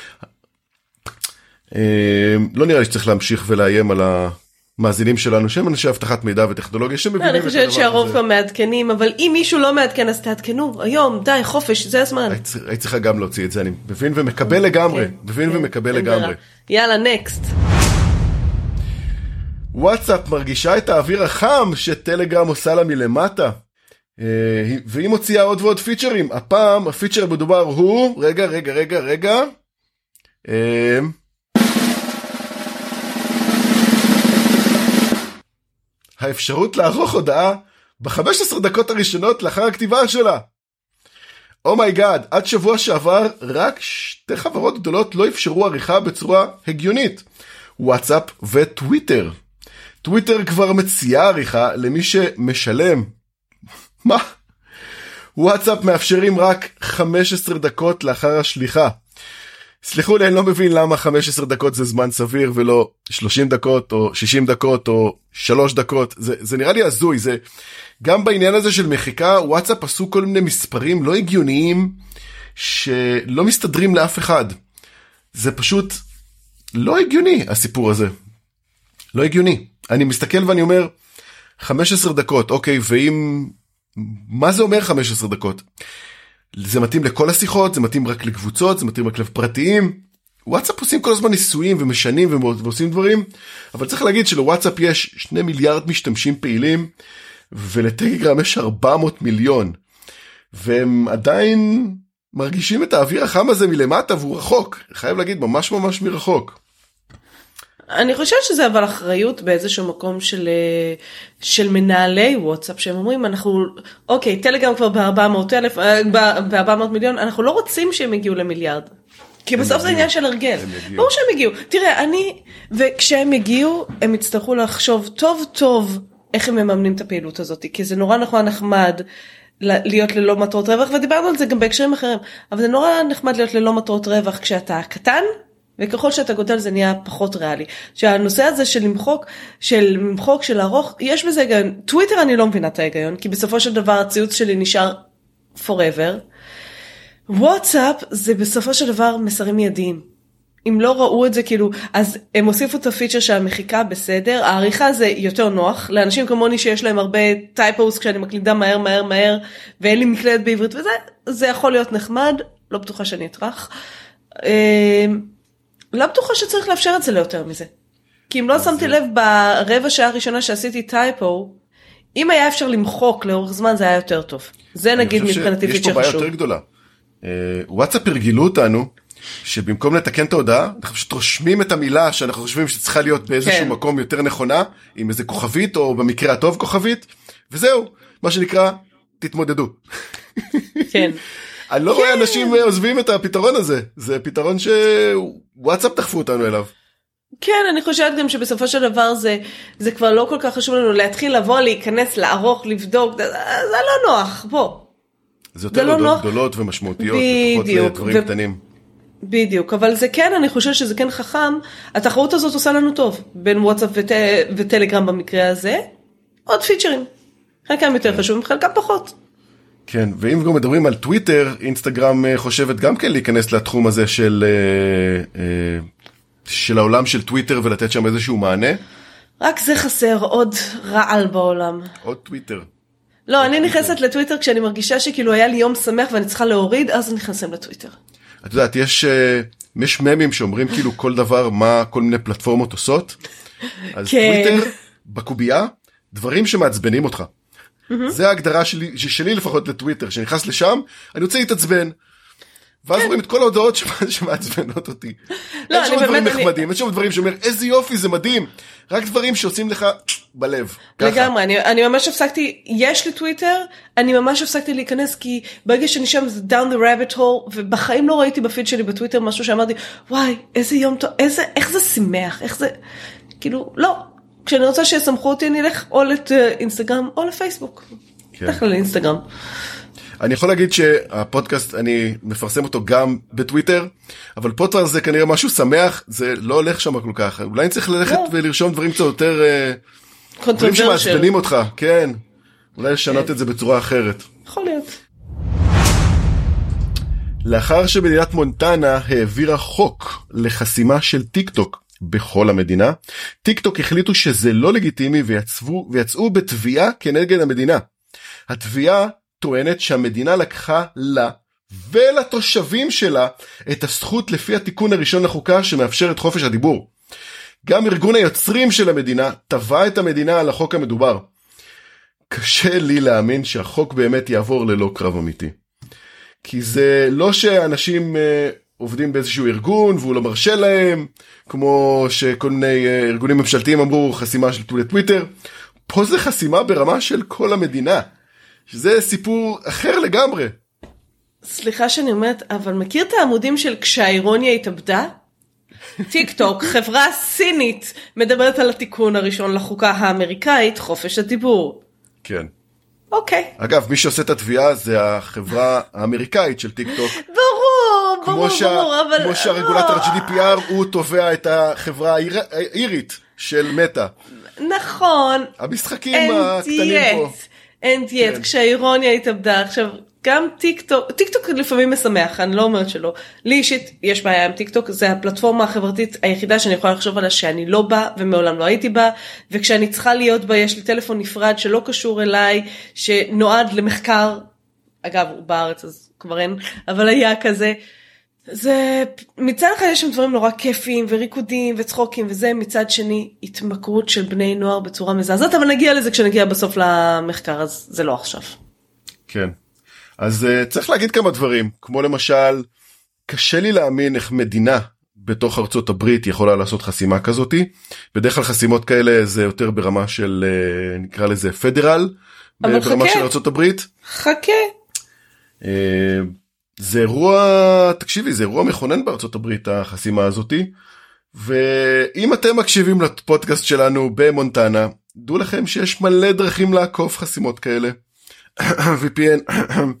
לא נראה לי שצריך להמשיך ולאיים על המאזינים שלנו, שהם אנשי הבטחת מידע וטכנולוגיה שמבינים את הדבר הזה. אני חושבת שהרוב כבר מעדכנים, אבל אם מישהו לא מעדכן אז תעדכנו, היום, די, חופש, זה הזמן. היית צריכה גם להוציא את זה, אני מבין ומקבל לגמרי, לגמרי. יאללה, נקסט. וואטסאפ מרגישה את האוויר החם שטלגרם עושה לה מלמטה, והיא מוציאה עוד ועוד פיצ'רים. הפעם הפיצ'ר המדובר הוא, רגע, האפשרות לערוך הודעה ב-15 דקות הראשונות לאחר הכתיבה שלה. אומייגאד, עד שבוע שעבר רק 2 חברות גדולות לא אפשרו עריכה בצורה הגיונית, וואטסאפ וטוויטר. טוויטר כבר מציעה עריכה למי שמשלם. מה? וואטסאפ מאפשרים רק 15 דקות לאחר השליחה. סליחו לי, אני לא מבין למה 15 דקות זה זמן סביר ולא 30 דקות או 60 דקות או 3 דקות. זה נראה לי הזוי. זה גם בעניין הזה של מחיקה, וואטסאפ עשו כל מיני מספרים לא הגיוניים שלא מסתדרים לאף אחד. זה פשוט לא הגיוני הסיפור הזה. לא הגיוני. אני מסתכל ואני אומר 15 דקות, אוקיי, ואם מה זה אומר 15 דקות? זה מתאים לכל השיחות, זה מתאים רק לקבוצות, זה מתאים רק לפרטיים. וואטסאפ עושים כל הזמן ניסויים ומשנים ועושים דברים, אבל צריך להגיד שלוואטסאפ יש 2 מיליארד משתמשים פעילים, ולטלגרם יש 400 מיליון, והם עדיין מרגישים את האוויר החם הזה מלמטה, והוא רחוק, חייב להגיד, ממש מרחוק. אני חושבת שזה אבל אחריות באיזשהו מקום של מנהלי וואטסאפ, שהם אומרים, אוקיי, טלגרם כבר ב-400 מיליון, אנחנו לא רוצים שהם יגיעו למיליארד. כי בסוף זה עניין של הרגל. ברור שהם יגיעו. תראה, וכשהם יגיעו, הם יצטרכו לחשוב טוב איך הם מממנים את הפעילות הזאת, כי זה נורא נחמד להיות ללא מטרות רווח, ודיברנו על זה גם בהקשרים אחרים, אבל זה נורא נחמד להיות ללא מטרות רווח כשאתה קטן, וככל שאתה גודל זה נהיה פחות ריאלי. שהנושא הזה של למחוק, של לערוך, יש בזה היגיון. טוויטר אני לא מבינה את ההיגיון, כי בסופו של דבר הציוץ שלי נשאר forever. וואטסאפ זה בסופו של דבר מסרים מיידיים. אם לא ראו את זה כאילו, אז הם הוסיפו את הפיצ'ר שהמחיקה בסדר, העריכה זה יותר נוח, לאנשים כמוני שיש להם הרבה טייפוס כשאני מקלידה מהר, ואין לי מקלדת בעברית וזה, זה יכול להיות נחמד, לא בטוחה שאני אטרח. לא בטוחה שצריך לאפשר את זה ליותר מזה. כי אם לא שמתי לב ברבע שעה הראשונה שעשיתי טייפו, אם היה אפשר למחוק לאורך זמן זה היה יותר טוב. זה נגיד מבחינתי פיצ'ר חשוב. יש פה בעיה יותר גדולה. וואטסאפ הרגילו אותנו, שבמקום לתקן את ההודעה, אנחנו פשוט רושמים את המילה שאנחנו חושבים שצריכה להיות באיזשהו מקום יותר נכונה, עם איזה כוכבית או במקרה הטוב כוכבית, וזהו, מה שנקרא, תתמודדו. כן. אני לא רואה אנשים עוזבים את הפתרון הזה, זה פתרון שוואטסאפ תחפו אותנו אליו. כן, אני חושבת גם שבסופו של דבר זה כבר לא כל כך חשוב לנו להתחיל לבוא, להיכנס, לערוך, לבדוק, זה לא נוח, בוא. זה יותר להודות גדולות ומשמעותיות, ופחות לדברים קטנים. בדיוק, אבל זה כן, אני חושבת שזה כן חכם, התחרות הזאת עושה לנו טוב, בין וואטסאפ וטלגרם במקרה הזה, עוד פיצ'רים, חלקם יותר חשובים, חלקם פחות. כן, ואם גם מדברים על טוויטר, אינסטגרם חושבת גם כן להיכנס לתחום הזה של העולם של טוויטר ולתת שם איזשהו מענה. רק זה חסר, עוד רעל בעולם. עוד טוויטר. לא, אני נכנסת לטוויטר כשאני מרגישה שכאילו היה לי יום שמח ואני צריכה להוריד, אז נכנסים לטוויטר. את יודעת, יש ממים שאומרים כאילו כל דבר מה כל מיני פלטפורמות עושות. אז טוויטר, בקובייה, דברים שמעצבנים אותך. זה ההגדרה שלי לפחות לטוויטר, שנכנס לשם, אני רוצה להתעצבן. ואז רואים את כל ההודעות שמעצבנות אותי. אין שם דברים נחמדים, אין שם דברים שאומר, איזה יופי, זה מדהים. רק דברים שעושים לך בלב. לגמרי, אני ממש הפסקתי, יש לי טוויטר, אני ממש הפסקתי להיכנס, כי ברגע שאני שם זה down the rabbit hole, ובחיים לא ראיתי בפיד שלי בטוויטר משהו שאמרתי, וואי, איזה יום טוב, איך זה שמח, איך זה, כאילו, לא. כשאני רוצה שיסמכו אותי, אני אלך או לאינסטגרם או לפייסבוק. בדרך כלל לאינסטגרם. אני יכול להגיד שהפודקאסט, אני מפרסם אותו גם בטוויטר, אבל פודקאסט זה כנראה משהו שמח, זה לא הולך שם כל כך. אולי אני צריך ללכת ולרשום דברים קצת יותר, דברים שמעצבנים אותך, כן. אולי לשנות את זה בצורה אחרת. יכול להיות. לאחר שמדינת מונטנה העבירה חוק לחסימה של טיק טוק בכל המדינה, טיק טוק החליטו שזה לא לגיטימי ויצאו בתביעה כנגד המדינה. התביעה טוענת שהמדינה לקחה לה ולתושבים שלה את הזכות לפי התיקון הראשון לחוקה שמאפשר את חופש הדיבור. גם ארגון היוצרים של המדינה תבע את המדינה על החוק המדובר. קשה לי להאמין שהחוק באמת יעבור ללא קרב אמיתי. כי זה לא שאנשים עובדים באיזשהו ארגון והוא לא מרשה להם, כמו שכל מיני ארגונים ממשלתיים אמרו חסימה של טוויטר. פה זה חסימה ברמה של כל המדינה. שזה סיפור אחר לגמרי. סליחה שאני אומרת, אבל מכיר את העמודים של כשהאירוניה התאבדה? טיק טוק, חברה סינית, מדברת על התיקון הראשון לחוקה האמריקאית, חופש הדיבור. כן. אוקיי. אגב, מי שעושה את התביעה זה החברה האמריקאית של טיק טוק. ברור, כמו שהרגולטור GDPR הוא תובע את החברה האירית של מטה. נכון. המשחקים הקטנים פה. אין יד, כשהאירוניה התאבדה. עכשיו, גם טיק טוק לפעמים משמח, אני לא אומרת שלא. לי אישית יש בעיה עם טיק טוק, זה הפלטפורמה החברתית היחידה שאני יכולה לחשוב עליה שאני לא בה, ומעולם לא הייתי בה, וכשאני צריכה להיות בה, יש לי טלפון נפרד שלא קשור אליי, שנועד למחקר, אגב, הוא בארץ אז כבר אין, אבל היה כזה, זה, מצד אחד יש שם דברים נורא כיפים וריקודים וצחוקים וזה, מצד שני התמכרות של בני נוער בצורה מזעזעת, אבל נגיע לזה כשנגיע בסוף למחקר, אז זה לא עכשיו. כן, אז צריך להגיד כמה דברים, כמו למשל, קשה לי להאמין איך מדינה בתוך ארצות הברית יכולה לעשות חסימה כזאתי, בדרך כלל חסימות כאלה זה יותר ברמה של, נקרא לזה פדרל, ברמה של ארצות הברית. חכה. זה אירוע, תקשיבי, זה אירוע מכונן בארצות הברית, החסימה הזאתי, ואם אתם מקשיבים לפודקאסט שלנו במונטנה, דעו לכם שיש מלא דרכים לעקוף חסימות כאלה. VPN,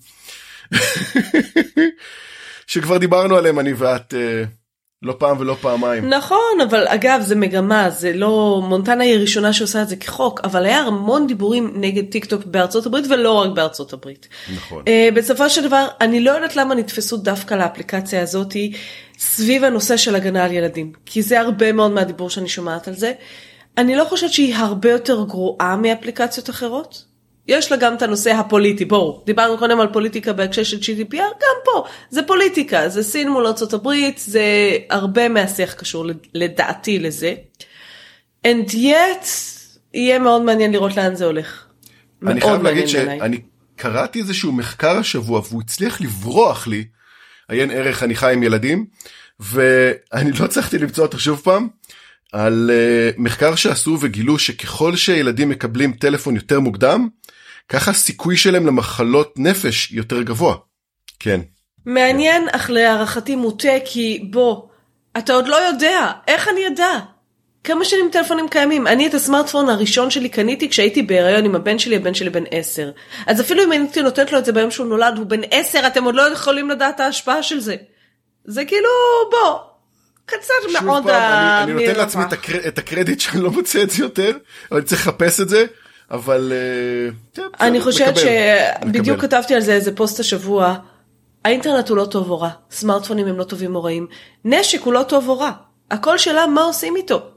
שכבר דיברנו עליהם אני ואת לא פעם ולא פעמיים. נכון, אבל אגב זה מגמה, זה לא, מונטנה היא הראשונה שעושה את זה כחוק, אבל היה המון דיבורים נגד טיק טוק בארצות הברית ולא רק בארצות הברית. נכון. בסופו של דבר, אני לא יודעת למה נתפסו דווקא לאפליקציה הזאת סביב הנושא של הגנה על ילדים, כי זה הרבה מאוד מהדיבור שאני שומעת על זה. אני לא חושבת שהיא הרבה יותר גרועה מאפליקציות אחרות. יש לה גם את הנושא הפוליטי, בואו, דיברנו קודם על פוליטיקה בהקשר של GDPR, גם פה, זה פוליטיקה, זה סין מול ארצות הברית, זה הרבה מהשיח קשור לדעתי לזה, and yet, יהיה מאוד מעניין לראות לאן זה הולך. אני חייב להגיד שאני קראתי איזשהו מחקר השבוע, והוא הצליח לברוח לי, עיין ערך אני חי עם ילדים, ואני לא צריכתי למצוא אותו שוב פעם, על מחקר שעשו וגילו שככל שילדים מקבלים טלפון יותר מוקדם, ככה הסיכוי שלהם למחלות נפש יותר גבוה. כן. מעניין, אך להערכתי מוטה, כי בוא, אתה עוד לא יודע, איך אני ידע? כמה שנים טלפונים קיימים? אני את הסמארטפון הראשון שלי קניתי כשהייתי בהיריון עם הבן שלי בן 10. אז אפילו אם הייתי נותנת לו את זה ביום שהוא נולד, הוא בן 10, אתם עוד לא יכולים לדעת ההשפעה של זה. זה כאילו, בוא. קצת מאוד אני נותן לעצמי את הקרדיט שאני לא מוצא את זה יותר, אבל אני צריך לחפש את זה, אבל אני חושבת שבדיוק כתבתי על זה איזה פוסט השבוע, האינטרנט הוא לא טוב או רע, סמארטפונים הם לא טובים או רעים, נשק הוא לא טוב או רע, הכל שאלה מה עושים איתו,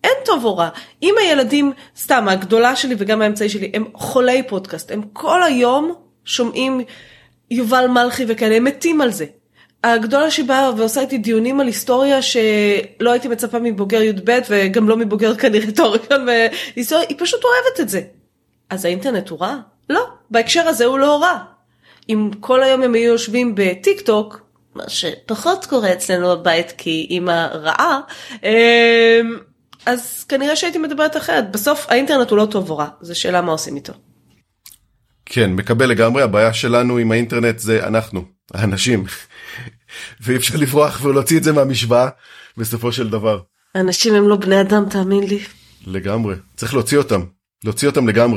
אין טוב או רע. אם הילדים, סתם, הגדולה שלי וגם האמצעי שלי, הם חולי פודקאסט, הם כל היום שומעים יובל מלכי וכאלה, הם מתים על זה. הגדולה שבאה ועושה איתי דיונים על היסטוריה שלא הייתי מצפה מבוגר י"ב וגם לא מבוגר כנראה תואר ראשון בהיסטוריה, היא פשוט אוהבת את זה. אז האינטרנט הוא רע? לא, בהקשר הזה הוא לא רע. אם כל היום הם היו יושבים בטיק טוק, מה שפחות קורה אצלנו בבית כי אמא רעה, אז כנראה שהייתי מדברת אחרת. בסוף האינטרנט הוא לא טוב או רע, זו שאלה מה עושים איתו. כן, מקבל לגמרי, הבעיה שלנו עם האינטרנט זה אנחנו, האנשים. ואי אפשר לברוח ולהוציא את זה מהמשוואה בסופו של דבר. האנשים הם לא בני אדם, תאמין לי. לגמרי, צריך להוציא אותם לגמרי.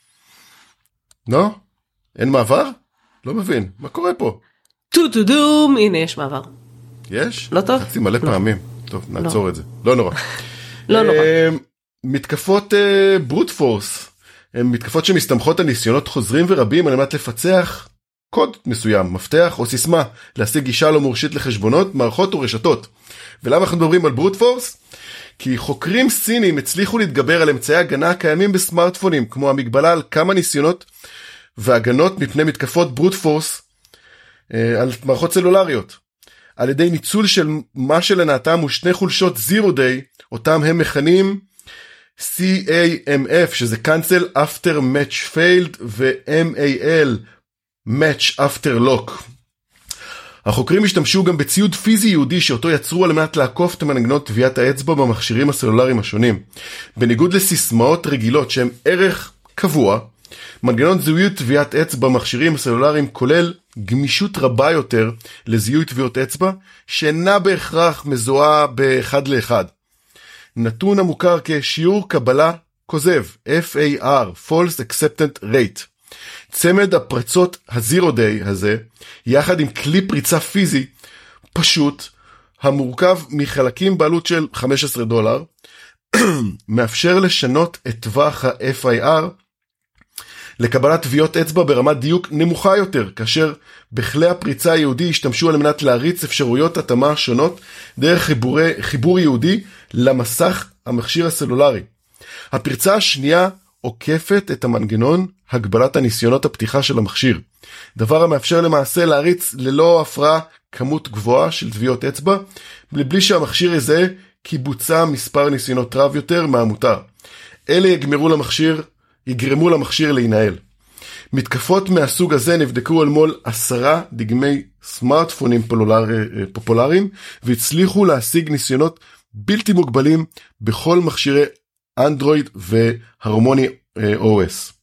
לא? אין מעבר? לא מבין, מה קורה פה? טו-טו-דום, הנה יש מעבר. יש? לא טוב? חצי מלא פעמים. טוב, נעצור את זה. לא נורא. לא נורא. מתקפות ברוט פורס, הן מתקפות שמסתמכות על ניסיונות חוזרים ורבים על מנת לפצח קוד מסוים, מפתח או סיסמה, להשיג גישה לא מורשית לחשבונות, מערכות ורשתות. ולמה אנחנו מדברים על ברוט פורס? כי חוקרים סינים הצליחו להתגבר על אמצעי הגנה הקיימים בסמארטפונים, כמו המגבלה על כמה ניסיונות והגנות מפני מתקפות ברוט פורס על מערכות סלולריות, על ידי ניצול של מה שלנעתם הוא שני חולשות זירו דיי, אותם הם מכנים CAMF, שזה Cancel After Match Failed, ו-MAL, Match After Lock. החוקרים השתמשו גם בציוד פיזי יהודי שאותו יצרו על מנת לעקוף את מנגנון טביעת האצבע במכשירים הסלולריים השונים. בניגוד לסיסמאות רגילות שהם ערך קבוע, מנגנון זיהוי טביעת אצבע במכשירים הסלולריים כולל גמישות רבה יותר לזיהוי טביעות אצבע, שאינה בהכרח מזוהה באחד לאחד. נתון המוכר כשיעור קבלה כוזב, FAR, False Acceptance Rate. צמד הפרצות הזירו דיי הזה, יחד עם כלי פריצה פיזי פשוט, המורכב מחלקים בעלות של $15, מאפשר לשנות את טווח ה-FIR לקבלת טביעות אצבע ברמת דיוק נמוכה יותר, כאשר בכלי הפריצה היהודי השתמשו על מנת להריץ אפשרויות התאמה שונות דרך חיבור יהודי למסך המכשיר הסלולרי. הפריצה השנייה עוקפת את המנגנון הגבלת הניסיונות הפתיחה של המכשיר, דבר המאפשר למעשה להריץ ללא הפרעה כמות גבוהה של טביעות אצבע, בלי שהמכשיר יזהה כי בוצע מספר ניסיונות רב יותר מהמותר. אלה יגרמו למכשיר להינעל. מתקפות מהסוג הזה נבדקו על מול 10 דגמי סמארטפונים פופולריים, והצליחו להשיג ניסיונות בלתי מוגבלים בכל מכשירי אנדרואיד והרמוני OS.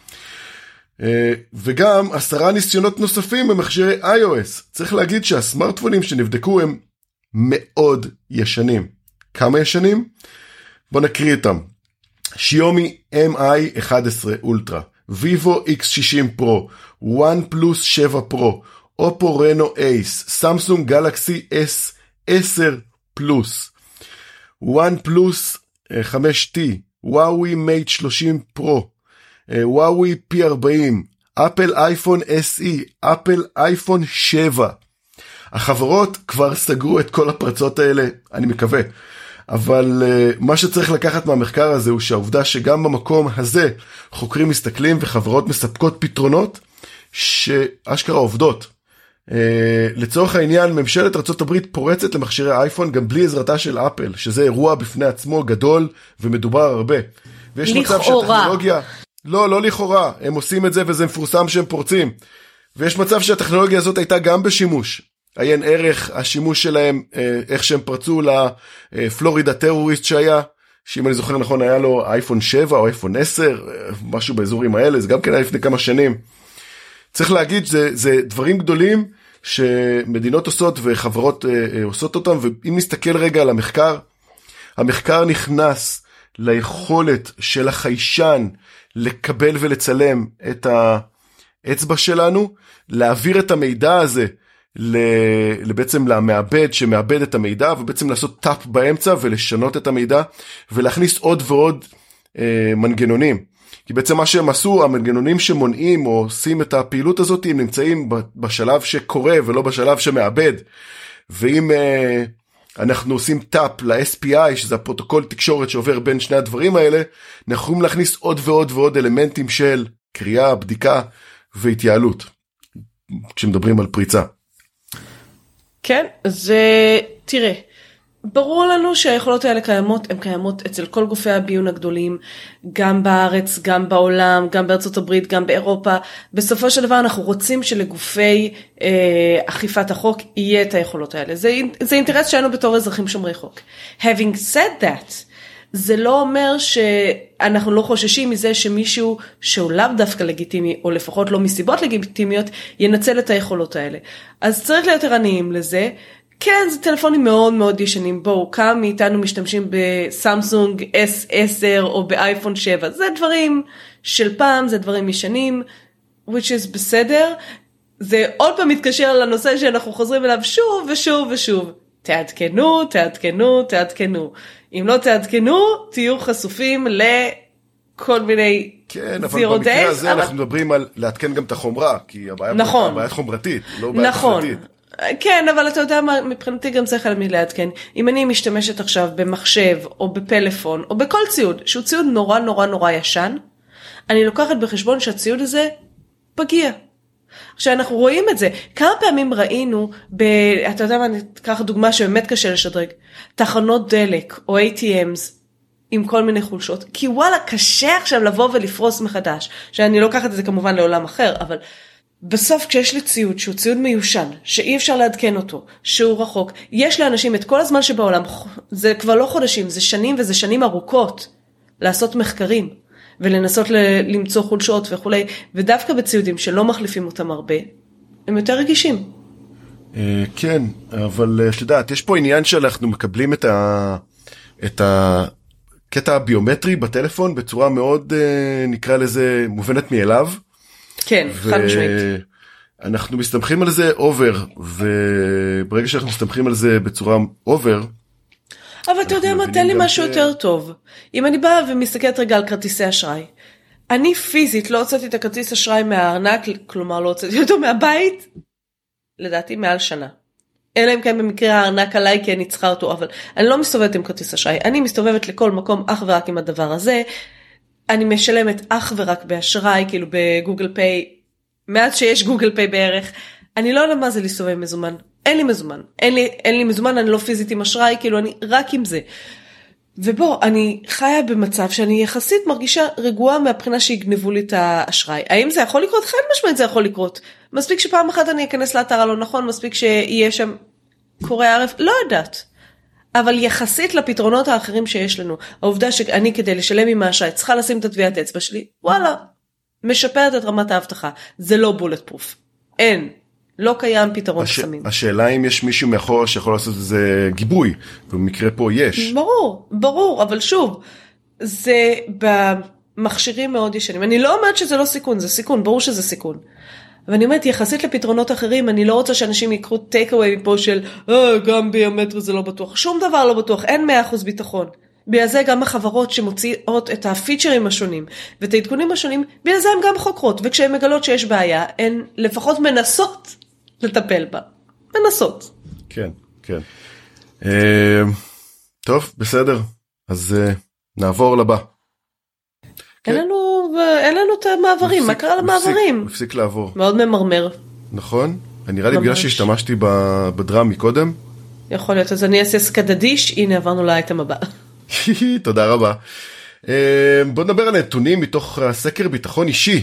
וגם 10 ניסיונות נוספים במכשירי iOS. צריך להגיד שהסמארטפונים שנבדקו הם מאוד ישנים. כמה ישנים? בוא נקריא אותם. שיומי MI 11 אולטרה, ויבו X60 פרו, OnePlus 7 פרו, אופו רנו אייס, סמסונג גלקסי S10 פלוס, OnePlus 5T, וואוי מייט 30 פרו, וואוי P40, אפל אייפון SE, אפל אייפון 7. החברות כבר סגרו את כל הפרצות האלה, אני מקווה. אבל מה שצריך לקחת מהמחקר הזה הוא שהעובדה שגם במקום הזה חוקרים מסתכלים וחברות מספקות פתרונות שאשכרה עובדות. לצורך העניין, ממשלת ארצות הברית פורצת למכשירי אייפון גם בלי עזרתה של אפל, שזה אירוע בפני עצמו גדול ומדובר הרבה. ויש מצב שהטכנולוגיה... לא לכאורה, הם עושים את זה וזה מפורסם שהם פורצים. ויש מצב שהטכנולוגיה הזאת הייתה גם בשימוש. עיין ערך השימוש שלהם, איך שהם פרצו לפלורידה טרוריסט שהיה, שאם אני זוכר נכון היה לו אייפון 7 או אייפון 10, משהו באזורים האלה, זה גם כן היה לפני כמה שנים. צריך להגיד, זה דברים גדולים שמדינות עושות וחברות עושות אותם, ואם נסתכל רגע על המחקר, המחקר נכנס ליכולת של החיישן לקבל ולצלם את האצבע שלנו, להעביר את המידע הזה, בעצם למעבד שמעבד את המידע, ובעצם לעשות טאפ באמצע ולשנות את המידע ולהכניס עוד ועוד מנגנונים. כי בעצם מה שהם עשו, המנגנונים שמונעים או עושים את הפעילות הזאת, הם נמצאים בשלב שקורה ולא בשלב שמעבד. ואם אנחנו עושים טאפ ל-SPI, שזה הפרוטוקול תקשורת שעובר בין שני הדברים האלה, אנחנו יכולים להכניס עוד ועוד ועוד אלמנטים של קריאה, בדיקה והתייעלות, כשמדברים על פריצה. כן, אז תראה, ברור לנו שהיכולות האלה קיימות, הן קיימות אצל כל גופי הביון הגדולים, גם בארץ, גם בעולם, גם בארצות הברית, גם באירופה. בסופו של דבר אנחנו רוצים שלגופי אכיפת החוק יהיה את היכולות האלה. זה אינטרס שלנו בתור אזרחים שומרי חוק. Having said that, זה לא אומר שאנחנו לא חוששים מזה שמישהו שהוא לאו דווקא לגיטימי, או לפחות לא מסיבות לגיטימיות, ינצל את היכולות האלה. אז צריך להיות ערניים לזה. כן, זה טלפונים מאוד מאוד ישנים. בואו, כמה מאיתנו משתמשים בסמסונג S10 או באייפון 7. זה דברים של פעם, זה דברים ישנים, which is בסדר. זה עוד פעם מתקשר לנושא שאנחנו חוזרים אליו שוב ושוב ושוב. תעדכנו, תעדכנו, תעדכנו. אם לא תעדכנו, תהיו חשופים לכל מיני כן, אבל במקרה הזה אנחנו מדברים על לעדכן גם את החומרה, כי הבעיה היא חומרתית, לא בעיה תכליתית. כן, אבל אתה יודע מה, מבחינתי גם צריך על מי לעדכן. אם אני משתמשת עכשיו במחשב או בפלאפון או בכל ציוד, שהוא ציוד נורא נורא נורא ישן, אני לוקחת בחשבון שהציוד הזה פגיע. עכשיו אנחנו רואים את זה, כמה פעמים ראינו, אתה יודע מה, אני אקח דוגמה שבאמת קשה לשדרג, תחנות דלק או ATMs עם כל מיני חולשות, כי וואלה קשה עכשיו לבוא ולפרוס מחדש, שאני לוקחת את זה כמובן לעולם אחר, אבל בסוף כשיש לי ציוד שהוא ציוד מיושן, שאי אפשר לעדכן אותו, שהוא רחוק, יש לאנשים את כל הזמן שבעולם, זה כבר לא חודשים, זה שנים וזה שנים ארוכות, לעשות מחקרים, ולנסות למצוא חולשות וכולי, ודווקא בציודים שלא מחליפים אותם הרבה, הם יותר רגישים. כן, אבל את יודעת, יש פה עניין שאנחנו מקבלים את הקטע הביומטרי בטלפון, בצורה מאוד, נקרא לזה, מובנת מאליו, כן, חד משמעית. אנחנו מסתמכים על זה אובר, וברגע שאנחנו מסתמכים על זה בצורה אובר, אבל אתה יודע מה, תן לי משהו יותר טוב. אם אני באה ומסתכלת רגע על כרטיסי אשראי, אני פיזית לא הוצאתי את הכרטיס אשראי מהארנק, כלומר לא הוצאתי אותו מהבית, לדעתי מעל שנה. אלא אם כן במקרה הארנק עליי כי אני צריכה אותו, אבל אני לא מסתובבת עם כרטיס אשראי, אני מסתובבת לכל מקום אך ורק עם הדבר הזה, אני משלמת אך ורק באשראי, כאילו בגוגל פיי, מעט שיש גוגל פיי בערך, אני לא יודע מה זה להסתובב מזומן, אין לי מזומן, אין לי מזומן, אני לא פיזית עם אשראי, כאילו אני רק עם זה. ובוא, אני חיה במצב שאני יחסית מרגישה רגועה מהבחינה שיגנבו לי את האשראי. האם זה יכול לקרות? חד משמעית זה יכול לקרות. מספיק שפעם אחת אני אכנס לאתר הלא נכון, מספיק שיהיה שם קורא ערף, לא יודעת. אבל יחסית לפתרונות האחרים שיש לנו, העובדה שאני כדי לשלם עם האשראי צריכה לשים את הטביעת אצבע שלי, וואלה, משפרת את רמת ההבטחה. זה לא בולט פרוף. אין. לא קיים פתרון קסמים. השאלה אם יש מישהו מאחור שיכול לעשות איזה גיבוי, ובמקרה פה יש. ברור, אבל שוב, זה במכשירים מאוד ישנים. אני לא אומרת שזה לא סיכון, זה סיכון, ברור שזה סיכון. אבל אני אומרת, יחסית לפתרונות אחרים, אני לא רוצה שאנשים יקרו טייק אווי מפה של, גם ביומטרי זה לא בטוח. שום דבר לא בטוח, אין 100% ביטחון. בגלל זה גם החברות שמוציאות את הפיצ'רים השונים, ואת העדכונים השונים, בגלל זה הן גם חוקרות, וכשהן מגלות שיש בעיה, הן לפחות מנסות לטפל בה. מנסות. כן, כן. טוב, בסדר. אז נעבור לבא. אין לנו את המעברים, מה קרה למעברים? מפסיק לעבור. מאוד ממרמר. נכון? נראה לי בגלל שהשתמשתי בדרם מקודם. יכול להיות, אז אני אעשה סקדדיש, הנה עברנו לאייטם הבא. תודה רבה. בוא נדבר על נתונים מתוך הסקר ביטחון אישי.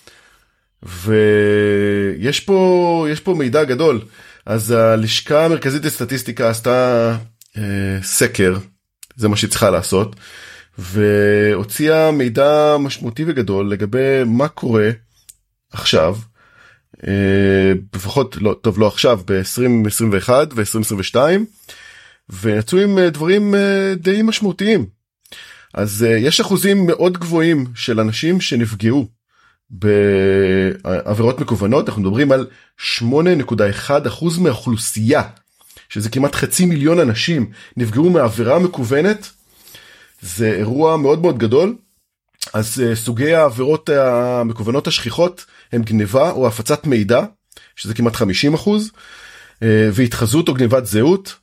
ויש פה מידע גדול. אז הלשכה המרכזית לסטטיסטיקה עשתה סקר, זה מה שהיא צריכה לעשות, והוציאה מידע משמעותי וגדול לגבי מה קורה עכשיו, לפחות, לא עכשיו, ב-2021 ו-2022, ויצאו עם דברים די משמעותיים. אז יש אחוזים מאוד גבוהים של אנשים שנפגעו בעבירות מקוונות, אנחנו מדברים על 8.1% מהאוכלוסייה, שזה כמעט 500,000 אנשים נפגעו מעבירה מקוונת, זה אירוע מאוד מאוד גדול. אז סוגי העבירות המקוונות השכיחות הם גניבה או הפצת מידע, שזה כמעט 50%, והתחזות או גניבת זהות,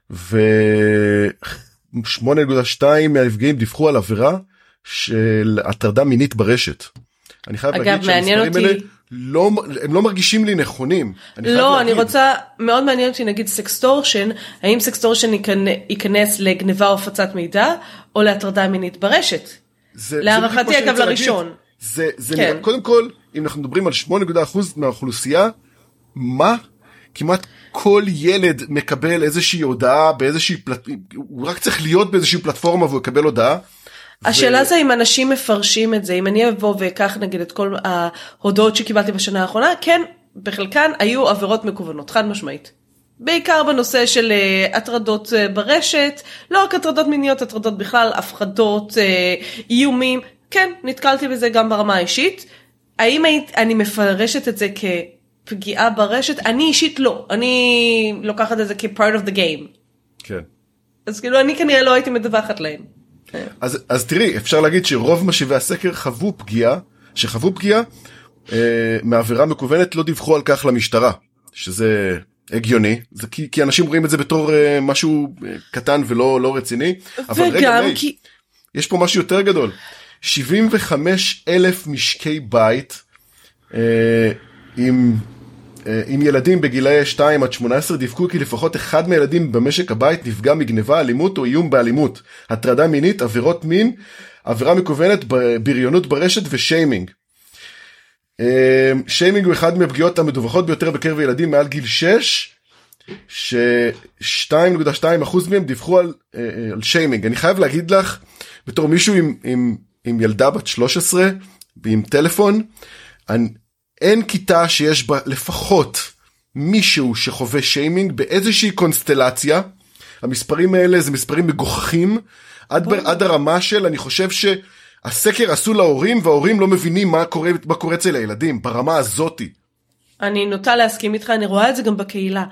ו8.2 מהנפגעים דיווחו על עבירה של הטרדה מינית ברשת. אני חייב להגיד שהמספרים האלה הם לא מרגישים לי נכונים. לא, אני רוצה, מאוד מעניין אותי נגיד סקסטורשן, האם סקסטורשן ייכנס לגניבה או הפצת מידע, או להטרדה מינית ברשת. להערכתי אגב לראשון. קודם כל, אם אנחנו מדברים על 8% מהאוכלוסייה, מה? כמעט כל ילד מקבל איזושהי הודעה, הוא רק צריך להיות באיזושהי פלטפורמה והוא יקבל הודעה. השאלה זה אם אנשים מפרשים את זה, אם אני אבוא וכך נגיד את כל ההודעות שקיבלתי בשנה האחרונה, כן, בחלקן היו עבירות מקוונות, חד משמעית. בעיקר בנושא של הטרדות ברשת, לא רק הטרדות מיניות, הטרדות בכלל, הפחדות, איומים, כן, נתקלתי בזה גם ברמה האישית. האם אני מפרשת את זה כפגיעה ברשת? אני אישית לא, אני לוקחת את זה כ-part of the game. כן. אז כאילו אני כנראה לא הייתי מדווחת להם. אז תראי, אפשר להגיד שרוב משיבי הסקר חוו פגיעה מעבירה מקוונת, לא דיווחו על כך למשטרה, שזה הגיוני, זה כי אנשים רואים את זה בתור משהו קטן ולא רציני, אבל רגע, יש פה משהו יותר גדול, 75,000 משקי בית עם ילדים בגילאי 2 עד 18 דיווחו כי לפחות אחד מהילדים במשק הבית נפגע מגניבה, אלימות או איום באלימות, הטרדה מינית, עבירות מין, עבירה מקוונת, בריונות ברשת ושיימינג. שיימינג הוא אחד מהפגיעות המדווחות ביותר בקרב ילדים מעל גיל 6, ש2.2% מהם דיווחו על שיימינג. אני חייב להגיד לך, בתור מישהו עם ילדה בת 13 ועם טלפון, אין כיתה שיש בה לפחות מישהו שחווה שיימינג באיזושהי קונסטלציה. המספרים האלה זה מספרים מגוחכים עד הרמה של, אני חושב שהסקר עשו להורים וההורים לא מבינים מה קורה אצל הילדים ברמה הזאת. אני נוטה להסכים איתך, אני רואה את זה גם בקהילה.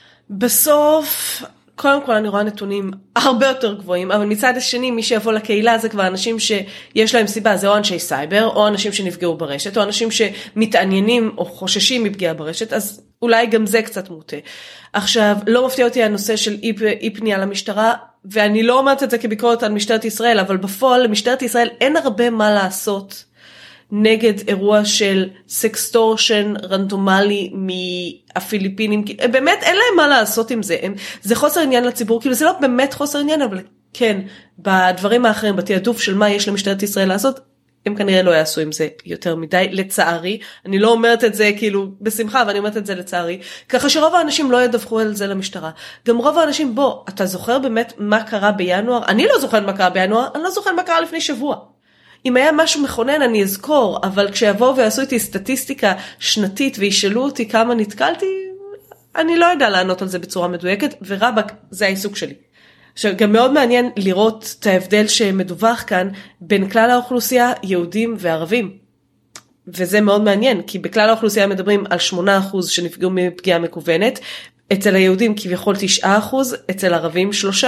בסוף, קודם כל אני רואה נתונים הרבה יותר גבוהים, אבל מצד השני מי שיבוא לקהילה זה כבר אנשים שיש להם סיבה, זה או אנשי סייבר, או אנשים שנפגעו ברשת, או אנשים שמתעניינים או חוששים מפגיעה ברשת, אז אולי גם זה קצת מוטה. עכשיו, לא מפתיע אותי הנושא של אי פנייה למשטרה, ואני לא אומרת את זה כביקורת על משטרת ישראל, אבל בפועל למשטרת ישראל אין הרבה מה לעשות נגד אירוע של סקסטורשן רנדומלי מהפיליפינים, באמת אין להם מה לעשות עם זה, זה חוסר עניין לציבור, כאילו זה לא באמת חוסר עניין, אבל כן, בדברים האחרים, בתיעדוף של מה יש למשטרת ישראל לעשות, הם כנראה לא יעשו עם זה יותר מדי, לצערי, אני לא אומרת את זה כאילו בשמחה, אבל אני אומרת את זה לצערי, ככה שרוב האנשים לא ידווחו על זה למשטרה, גם רוב האנשים, אתה זוכר באמת מה קרה בינואר? אני לא זוכר מה קרה בינואר, אני לא זוכר מה קרה לפני שבוע. אם היה משהו מכונן אני אזכור, אבל כשיבואו ועשו איתי סטטיסטיקה שנתית וישאלו אותי כמה נתקלתי, אני לא יודע לענות על זה בצורה מדויקת, ורבק זה העיסוק שלי. עכשיו גם מאוד מעניין לראות את ההבדל שמדווח כאן בין כלל האוכלוסייה, יהודים וערבים. וזה מאוד מעניין, כי בכלל האוכלוסייה מדברים על 8% שנפגעו מפגיעה מקוונת, אצל היהודים כביכול 9%, אצל ערבים 3%.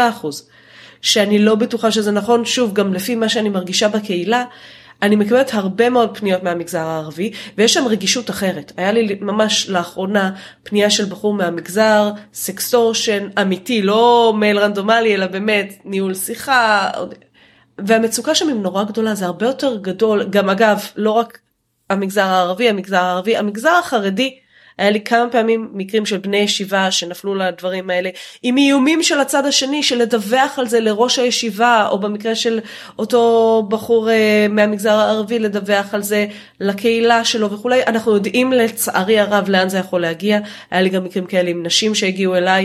שאני לא בטוחה שזה נכון, שוב, גם לפי מה שאני מרגישה בקהילה, אני מקבלת הרבה מאוד פניות מהמגזר הערבי, ויש שם רגישות אחרת. היה לי ממש לאחרונה פנייה של בחור מהמגזר, סקסטורשן אמיתי, לא מייל רנדומלי, אלא באמת ניהול שיחה, והמצוקה שם היא נורא גדולה, זה הרבה יותר גדול, גם אגב, לא רק המגזר הערבי, המגזר החרדי, היה לי כמה פעמים מקרים של בני ישיבה שנפלו לדברים האלה, עם איומים של הצד השני, של לדווח על זה לראש הישיבה, או במקרה של אותו בחור מהמגזר הערבי, לדווח על זה לקהילה שלו וכולי. אנחנו יודעים לצערי הרב לאן זה יכול להגיע. היה לי גם מקרים כאלה עם נשים שהגיעו אליי,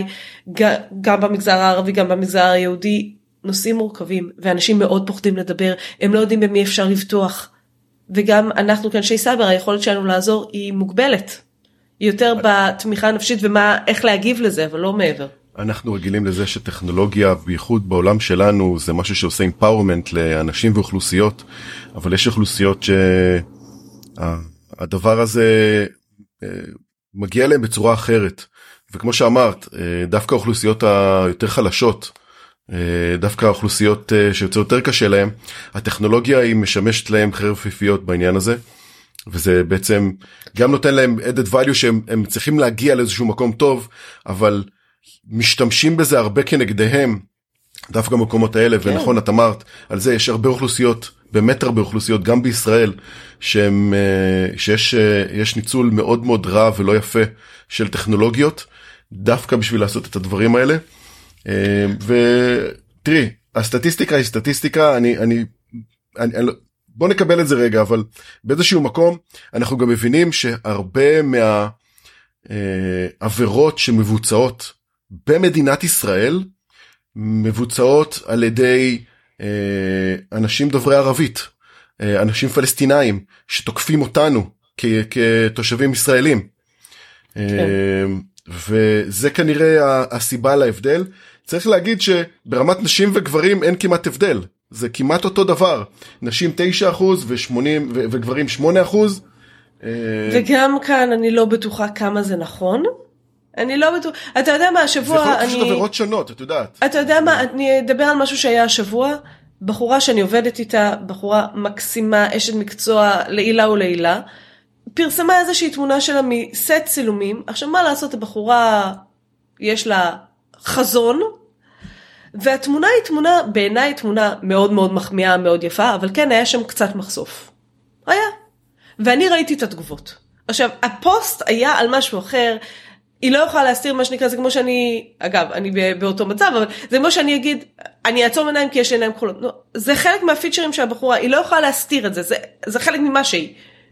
גם במגזר הערבי, גם במגזר היהודי, נושאים מורכבים, ואנשים מאוד פוחדים לדבר, הם לא יודעים במי אפשר לבטוח. וגם אנחנו כאנשי סייבר, היכולת שלנו לעזור היא מוגבלת. יותר בתמיכה הנפשית איך להגיב לזה, אבל לא מעבר. אנחנו רגילים לזה שטכנולוגיה, בייחוד בעולם שלנו, זה משהו שעושה empowerment לאנשים ואוכלוסיות, אבל יש אוכלוסיות שהדבר הזה מגיע להם בצורה אחרת. וכמו שאמרת, דווקא האוכלוסיות היותר חלשות, דווקא האוכלוסיות שיוצא יותר קשה להם, הטכנולוגיה היא משמשת להם חרפיפיות בעניין הזה, וזה בעצם גם נותן להם added value שהם צריכים להגיע לאיזשהו מקום טוב, אבל משתמשים בזה הרבה כנגדיהם, דווקא במקומות האלה, כן. ונכון, את אמרת, על זה יש הרבה אוכלוסיות, באמת הרבה אוכלוסיות, גם בישראל, שיש ניצול מאוד מאוד רע ולא יפה של טכנולוגיות, דווקא בשביל לעשות את הדברים האלה. ותראי, הסטטיסטיקה היא סטטיסטיקה, בוא נקבל את זה רגע, אבל באיזשהו מקום, אנחנו גם מבינים שהרבה מהעבירות שמבוצעות במדינת ישראל, מבוצעות על ידי אנשים דוברי ערבית, אנשים פלסטינאים, שתוקפים אותנו כתושבים ישראלים. וזה כנראה הסיבה להבדל. צריך להגיד שברמת נשים וגברים אין כמעט הבדל. זה כמעט אותו דבר. נשים 9% וגברים 8%. וגם כאן אני לא בטוחה כמה זה נכון. אני לא בטוחה. אתה יודע מה, השבוע... זה יכול להיות פשוט עבירות שונות, את יודעת. אתה יודע מה, אני אדבר על משהו שהיה השבוע. בחורה שאני עובדת איתה, בחורה מקסימה, אשת מקצוע לעילה ולעילה. פרסמה איזושהי תמונה שלה מסט צילומים. עכשיו מה לעשות, הבחורה יש לה חזון, והתמונה היא תמונה, בעיניי תמונה מאוד מאוד מחמיאה, מאוד יפה, אבל כן היה שם קצת מחשוף. היה. ואני ראיתי את התגובות. עכשיו, הפוסט היה על משהו אחר, היא לא יכולה להסתיר מה שנקרא, זה כמו שאני, אגב, אני באותו מצב, אבל זה כמו שאני אגיד, אני אעצום עיניים כי יש עיניים כחולות. לא, זה חלק מהפיצ'רים של הבחורה, היא לא יכולה להסתיר את זה, זה חלק ממה שהיא.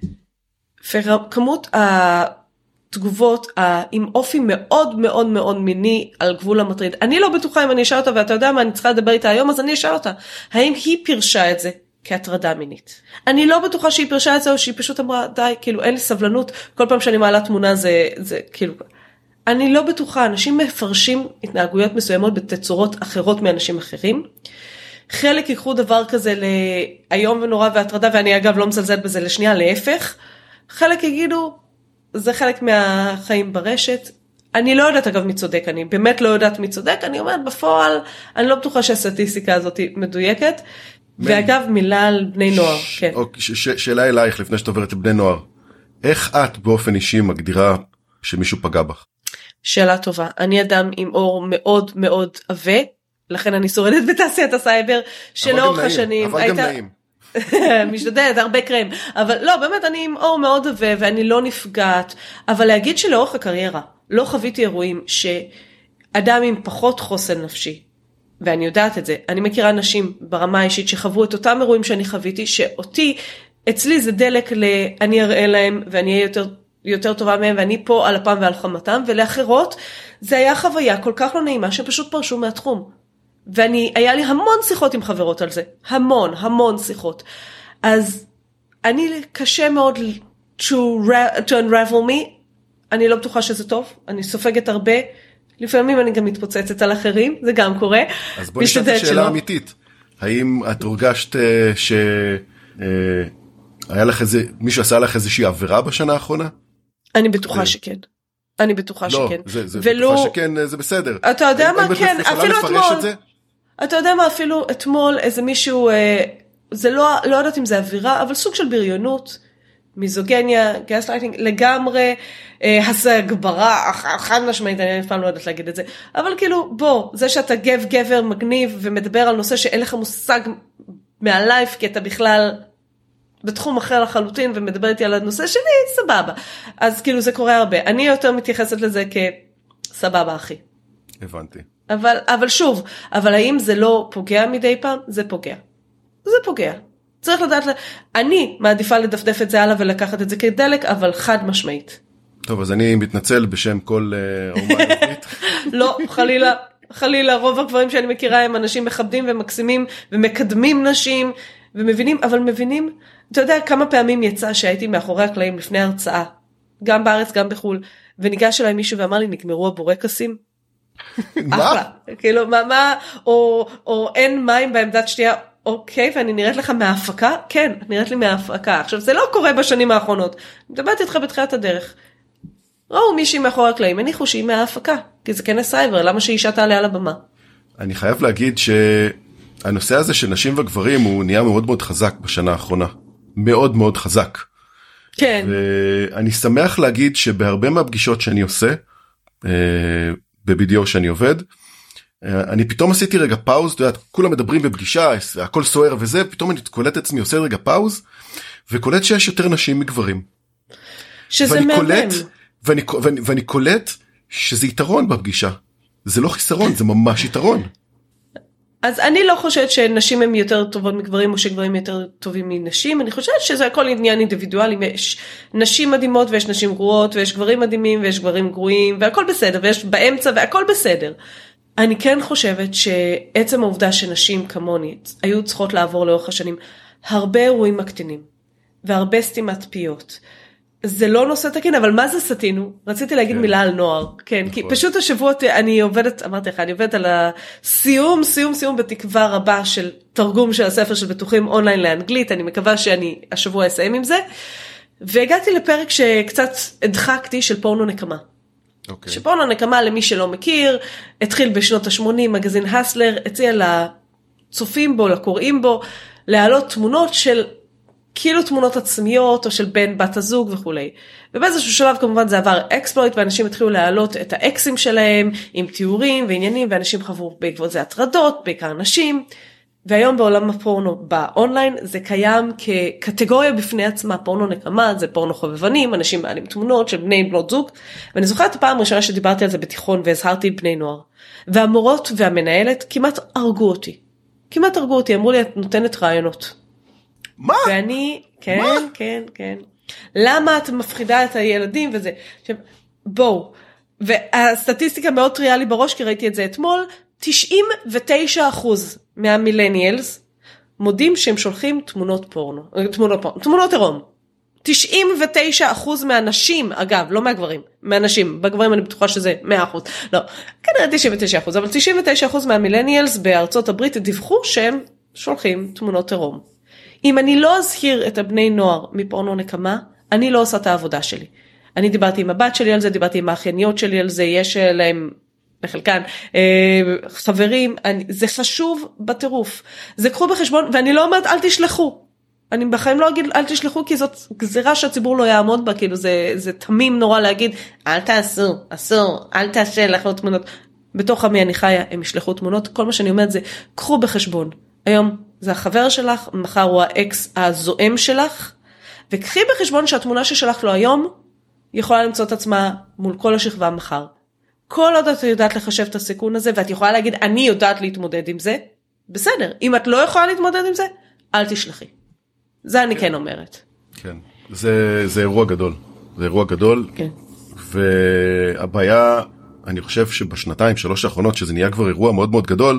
וכמות התגובות עם אופי מאוד מאוד מאוד מיני על גבול המטריד. אני לא בטוחה אם אני אשאל אותה, ואתה יודע מה, אני צריכה לדבר איתה היום, אז אני אשאל אותה. האם היא פירשה את זה כהטרדה מינית? אני לא בטוחה שהיא פירשה את זה, או שהיא פשוט אמרה, די, כאילו, אין לי סבלנות, כל פעם שאני מעלה תמונה זה כאילו, אני לא בטוחה, אנשים מפרשים התנהגויות מסוימות בתצורות אחרות מאנשים אחרים. חלק ייקחו דבר כזה להיום ונורא והטרדה, ואני אגב לא מזלזלת בזה לשנייה, להפך. חלק יגידו, זה חלק מהחיים ברשת. אני לא יודעת אגב מי צודק, אני באמת לא יודעת מי צודק, אני אומרת בפועל, אני לא בטוחה שהסטטיסטיקה הזאת מדויקת. ואגב מילה על בני נוער, כן. שאלה אלייך לפני שאת עוברת לבני נוער. איך את באופן אישי מגדירה שמישהו פגע בך? שאלה טובה. אני אדם עם אור מאוד מאוד עבה, לכן אני שורדת בתעשיית הסייבר, שלאורך השנים אבל גם נעים. משתדלת, הרבה קרם. אבל לא, באמת אני עם אור מאוד עבה, ואני לא נפגעת. אבל להגיד שלאורך הקריירה, לא חוויתי אירועים שאדם עם פחות חוסן נפשי, ואני יודעת את זה, אני מכירה אנשים ברמה האישית שחוו את אותם אירועים שאני חוויתי, שאותי, אצלי זה דלק אני אראה להם, ואני אהיה יותר טובה מהם, ואני פה על אפם ועל חמתם, ולאחרות זה היה חוויה כל כך לא נעימה, שפשוט פרשו מהתחום. היה לי המון שיחות עם חברות על זה, המון שיחות. אז אני קשה מאוד to unravel me, אני לא בטוחה שזה טוב, אני סופגת הרבה, לפעמים אני גם מתפוצצת על אחרים, זה גם קורה. אז בוא נשאל את השאלה האמיתית, האם את הרגשת היה לך מישהו עשה לך איזושהי עבירה בשנה האחרונה? אני בטוחה שכן. אני בטוחה שכן. בטוחה שכן, זה בסדר. אתה יודע מה, כן, אפילו אתמול. אתה יודע מה, אפילו אתמול איזה מישהו, זה לא יודעת אם זה אווירה, אבל סוג של בריונות, מיזוגניה, גסלייטינג, לגמרי, הסגברה, חד משמעית, אני אף פעם לא יודעת להגיד את זה, אבל כאילו, בוא, זה שאתה גבר מגניב, ומדבר על נושא שאין לך מושג מהלייף, כי אתה בכלל בתחום אחר לחלוטין, ומדבר איתי על הנושא שלי, סבבה. אז כאילו זה קורה הרבה. אני יותר מתייחסת לזה כסבבה, אחי. הבנתי. אבל שוב, אבל האם זה לא פוגע מדי פעם? זה פוגע. זה פוגע. צריך לדעת, אני מעדיפה לדפדף את זה הלאה ולקחת את זה כדלק, אבל חד משמעית. טוב, אז אני מתנצל בשם כל האומה העברית. לא, חלילה, רוב הגברים שאני מכירה הם אנשים מכבדים ומקסימים ומקדמים נשים ומבינים, אבל מבינים, אתה יודע כמה פעמים יצא שהייתי מאחורי הקלעים לפני הרצאה, גם בארץ, גם בחול, וניגש אליי מישהו ואמר לי, נגמרו הבורקסים? מה? כאילו, מה, או אין מים בעמדת שתייה, אוקיי, ואני נראית לך מההפקה? כן, נראית לי מההפקה. עכשיו, זה לא קורה בשנים האחרונות. מדברת איתך בתחילת הדרך. ראו מישהי מאחורי הקלעים, הניחו שהיא מההפקה, כי זה כנס סייבר, למה שאישה תעלה על הבמה? אני חייב להגיד שהנושא הזה של נשים וגברים הוא נהיה מאוד מאוד חזק בשנה האחרונה. מאוד מאוד חזק. כן. ואני שמח להגיד שבהרבה מהפגישות שאני עושה, ב-BDO שאני עובד, אני פתאום עשיתי רגע פאוז, אתה יודע, כולם מדברים בפגישה, הכל סוער וזה, פתאום אני קולט עצמי, עושה רגע פאוז, וקולט שיש יותר נשים מגברים. שזה מהמם. ואני קולט שזה יתרון בפגישה. זה לא חיסרון, זה ממש יתרון. אז אני לא חושבת שנשים הן יותר טובות מגברים, או שגברים יותר טובים מנשים, אני חושבת שזה הכל עניין אינדיבידואלי, יש נשים מדהימות ויש נשים גרועות, ויש גברים מדהימים ויש גברים גרועים, והכל בסדר, ויש באמצע והכל בסדר. אני כן חושבת שעצם העובדה שנשים כמוני היו צריכות לעבור לאורך השנים הרבה אירועים מקטינים, והרבה סתימת פיות. זה לא נושא תקין, אבל מה זה סתינו? רציתי להגיד מילה על נוער, כן, כי פשוט השבוע אני עובדת, אמרתי לך, אני עובדת על הסיום בתקווה רבה של תרגום של הספר של בטוחים אונליין לאנגלית, אני מקווה שאני השבוע אסיים עם זה, והגעתי לפרק שקצת הדחקתי של פורנו נקמה. שפורנו נקמה, למי שלא מכיר, התחיל בשנות ה-80, מגזין הסלר, הציע לצופים בו, לקוראים בו, להעלות תמונות של כאילו תמונות עצמיות, או של בן בת הזוג וכולי. ובאיזשהו שלב כמובן זה עבר אקספלויט, ואנשים התחילו להעלות את האקסים שלהם, עם תיאורים ועניינים, ואנשים חוו בעקבות זה הטרדות, בעיקר נשים, והיום בעולם הפורנו באונליין, זה קיים כקטגוריה בפני עצמה, פורנו נקמה, זה פורנו חובבנים, אנשים מעלים תמונות של בני בנות זוג, ואני זוכרת הפעם הראשונה שדיברתי על זה בתיכון, והזהרתי בני נוער, והמורות והמנהלת כמעט הרגו אותי, אמרו לי, את נותנת רעיונות. מה? ואני, כן. למה את מפחידה את הילדים וזה? בואו, והסטטיסטיקה מאוד טריה לי בראש, כי ראיתי את זה אתמול, 99% מהמילניאלס מודים שהם שולחים תמונות עירום. 99% מהנשים, אגב, לא מהגברים, מהנשים, בגברים אני בטוחה שזה 100%, לא, כנראה 99%, אבל 99% מהמילניאלס בארצות הברית דיווחו שהם שולחים תמונות עירום. אם אני לא אזהיר את הבני נוער מפורנו נקמה, אני לא עושה את העבודה שלי. אני דיברתי עם הבת שלי על זה, דיברתי עם האחייניות שלי על זה, יש להם בחלקן חברים, זה חשוב בטירוף. זה קחו בחשבון, ואני לא אומרת אל תשלחו. אני בחיים לא אגיד אל תשלחו, כי זאת גזירה שהציבור לא יעמוד בה, כאילו זה תמים נורא להגיד, אל תעשו, אסור, אל תעשה לכו תמונות. בתוך עמי אני חיה, הם ישלחו תמונות, כל מה שאני אומרת זה, קחו בחשבון. היום זה החבר שלך, מחר הוא האקס הזועם שלך, וקחי בחשבון שהתמונה ששלח לו היום, יכולה למצוא את עצמה מול כל השכבה מחר. כל עוד את יודעת לחשב את הסיכון הזה, ואת יכולה להגיד, אני יודעת להתמודד עם זה, בסדר. אם את לא יכולה להתמודד עם זה, אל תשלחי. זה אני כן אומרת. כן, זה אירוע גדול. זה אירוע גדול, כן. והבעיה, אני חושב שבשנתיים, 3 האחרונות, שזה נהיה כבר אירוע מאוד מאוד גדול,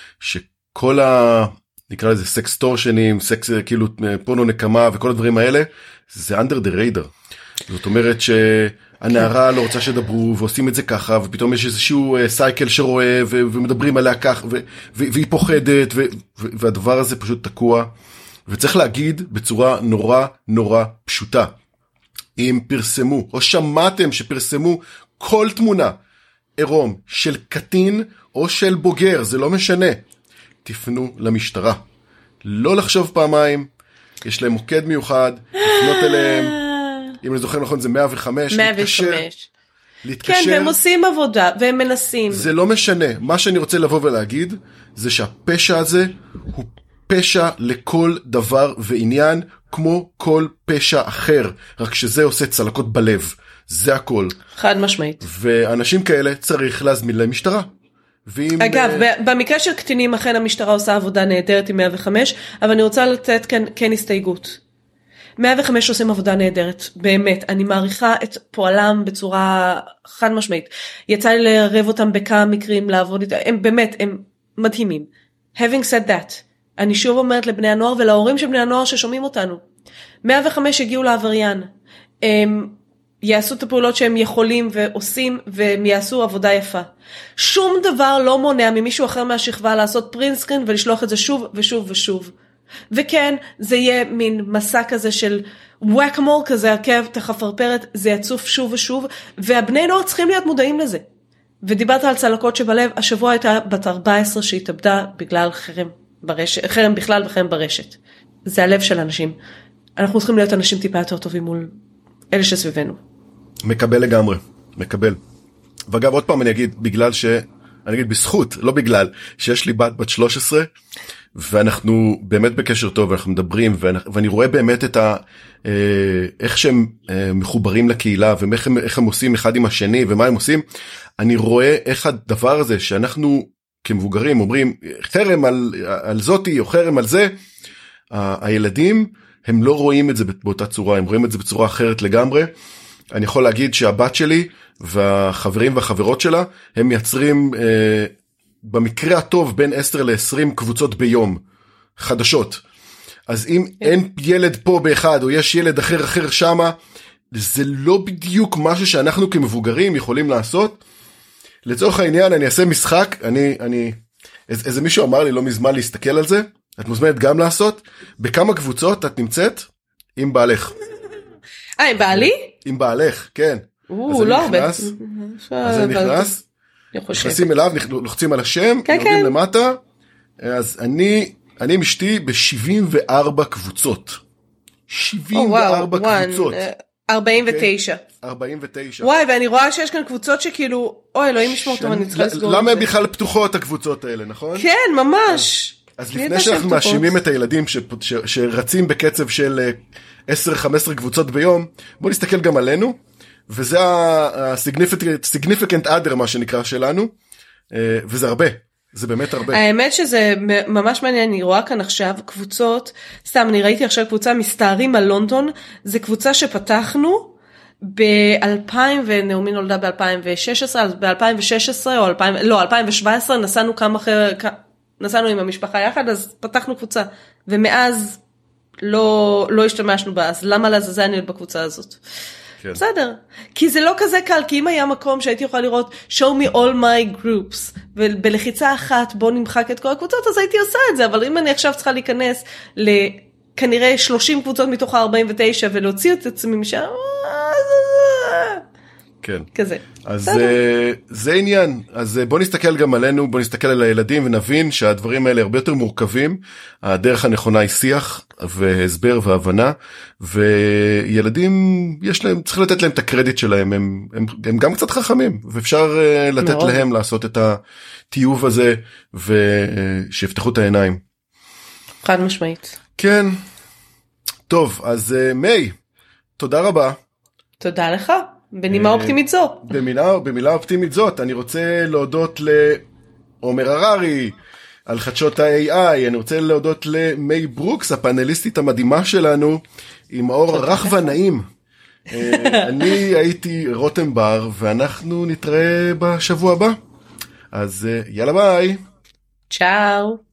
שכל נקרא לזה סקסטורשנים, כאילו פורנו נקמה וכל הדברים האלה, זה under the radar. זאת אומרת שהנערה לא רוצה שדברו, ועושים את זה ככה, ופתאום יש איזשהו סייקל שרואה, ומדברים עליה כך, והיא פוחדת, והדבר הזה פשוט תקוע. וצריך להגיד בצורה נורא נורא פשוטה, אם פרסמו, או שמעתם שפרסמו כל תמונה עירום של קטין או של בוגר, זה לא משנה, תפנו למשטרה. לא לחשוב פעמיים, יש להם מוקד מיוחד, לפנות אליהם, אם אני זוכר נכון זה 105, להתקשר. כן, והם עושים עבודה, והם מנסים. זה לא משנה, מה שאני רוצה לבוא ולהגיד, זה שהפשע הזה הוא פשע לכל דבר ועניין, כמו כל פשע אחר, רק שזה עושה צלקות בלב, זה הכל. חד משמעית. ואנשים כאלה צריך להזמין להם משטרה. אגב, במקרה של קטינים, אכן המשטרה עושה עבודה נהדרת עם 105, אבל אני רוצה לתת כן הסתייגות. 105 עושים עבודה נהדרת, באמת, אני מעריכה את פועלם בצורה חד משמעית. יצא לי לערב אותם בכמה מקרים, לעבוד איתם, הם באמת, הם מדהימים. Having said that, אני שוב אומרת לבני הנוער ולהורים של בני הנוער ששומעים אותנו. 105 הגיעו לעבריין. הם יעשו את הפעולות שהם יכולים ועושים, והם יעשו עבודה יפה. שום דבר לא מונע ממישהו אחר מהשכבה לעשות פרינט סקרין ולשלוח את זה שוב ושוב ושוב. וכן, זה יהיה מין מסע כזה של וואקמור כזה, עקב תחפרפרת, זה יצוף שוב ושוב, והבני נוער צריכים להיות מודעים לזה. ודיברת על צלקות שבלב, השבוע הייתה בת 14 שהתאבדה בגלל חרם ברשת, חרם בכלל וחרם ברשת. זה הלב של אנשים. אנחנו צריכים להיות אנשים טיפה יותר טובים מול אלה שסביבנו. מקבל לגמרי, מקבל. ואגב, עוד פעם אני אגיד, אני אגיד בזכות, לא בגלל, שיש לי בת 13, ואנחנו באמת בקשר טוב, ואנחנו מדברים, ואני רואה באמת איך שהם מחוברים לקהילה, ואיך הם עושים אחד עם השני, ומה הם עושים. אני רואה איך הדבר הזה, שאנחנו כמבוגרים אומרים, חרם על זאתי, או חרם על זה, הילדים, הם לא רואים את זה באותה צורה, הם רואים את זה בצורה אחרת לגמרי. אני יכול להגיד שהבת שלי, והחברים והחברות שלה, הם מייצרים במקרה הטוב בין 10 ל-20 קבוצות ביום, חדשות. אז אם אין ילד פה באחד, או יש ילד אחר שמה, זה לא בדיוק משהו שאנחנו כמבוגרים יכולים לעשות. לצורך העניין, אני אעשה משחק, איזה מישהו אמר לי לא מזמן להסתכל על זה, את מוזמנת גם לעשות, בכמה קבוצות את נמצאת עם בעלך. עם בעלי? עם בעלך, כן. לא הרבה. אז אני נכנס, נכנסים אליו, לוחצים על השם, יורדים למטה, אז אני עם אשתי ב-74 קבוצות. 74 קבוצות. 49. 49. וואי, ואני רואה שיש כאן קבוצות שכאילו, אוי, אלוהים ישמור טוב, אני צריכה לסגור את זה. למה הם בכלל פתוחות הקבוצות האלה, נכון? כן, ממש. אז לפני שאנחנו מאשימים את הילדים שרצים בקצב של 10-15 קבוצות ביום, בואו נסתכל גם עלינו, וזה ה-significant other מה שנקרא שלנו, וזה הרבה, זה באמת הרבה. האמת שזה ממש מעניין, אני רואה כאן עכשיו קבוצות, סתם אני ראיתי עכשיו קבוצה מסתערים על לונדון, זה קבוצה שפתחנו ב-2000, ונעמי נולדה ב-2016, אז ב-2016 או 2017 נסענו עם המשפחה יחד, אז פתחנו קבוצה, ומאז לא השתמשנו בה, אז למה לעזאזל אני בקבוצה הזאת? כן. בסדר, כי זה לא כזה קל, כי אם היה מקום שהייתי יכולה לראות show me all my groups, ובלחיצה אחת בוא נמחק את כל הקבוצות, אז הייתי עושה את זה, אבל אם אני עכשיו צריכה להיכנס לכנראה 30 קבוצות מתוך ה-49, ולהוציא את עצמי משם, כן. כזה. אז זה עניין, אז בוא נסתכל גם עלינו, בוא נסתכל על הילדים ונבין שהדברים האלה הרבה יותר מורכבים, הדרך הנכונה היא שיח והסבר והבנה, וילדים יש להם, צריך לתת להם את הקרדיט שלהם, הם גם קצת חכמים, ואפשר לתת מאוד. להם לעשות את הטיוב הזה, ושיפתחו את העיניים. חד משמעית. כן. טוב, אז מי, תודה רבה. תודה לך. בנימה אופטימית זו. במילה אופטימית זאת, אני רוצה להודות לעומר הררי, על חדשות ה-AI, אני רוצה להודות למי ברוקס, הפאנליסטית המדהימה שלנו, עם האור הרך והנעים. אני הייתי רותם בר, ואנחנו נתראה בשבוע הבא. אז יאללה ביי. צ'או.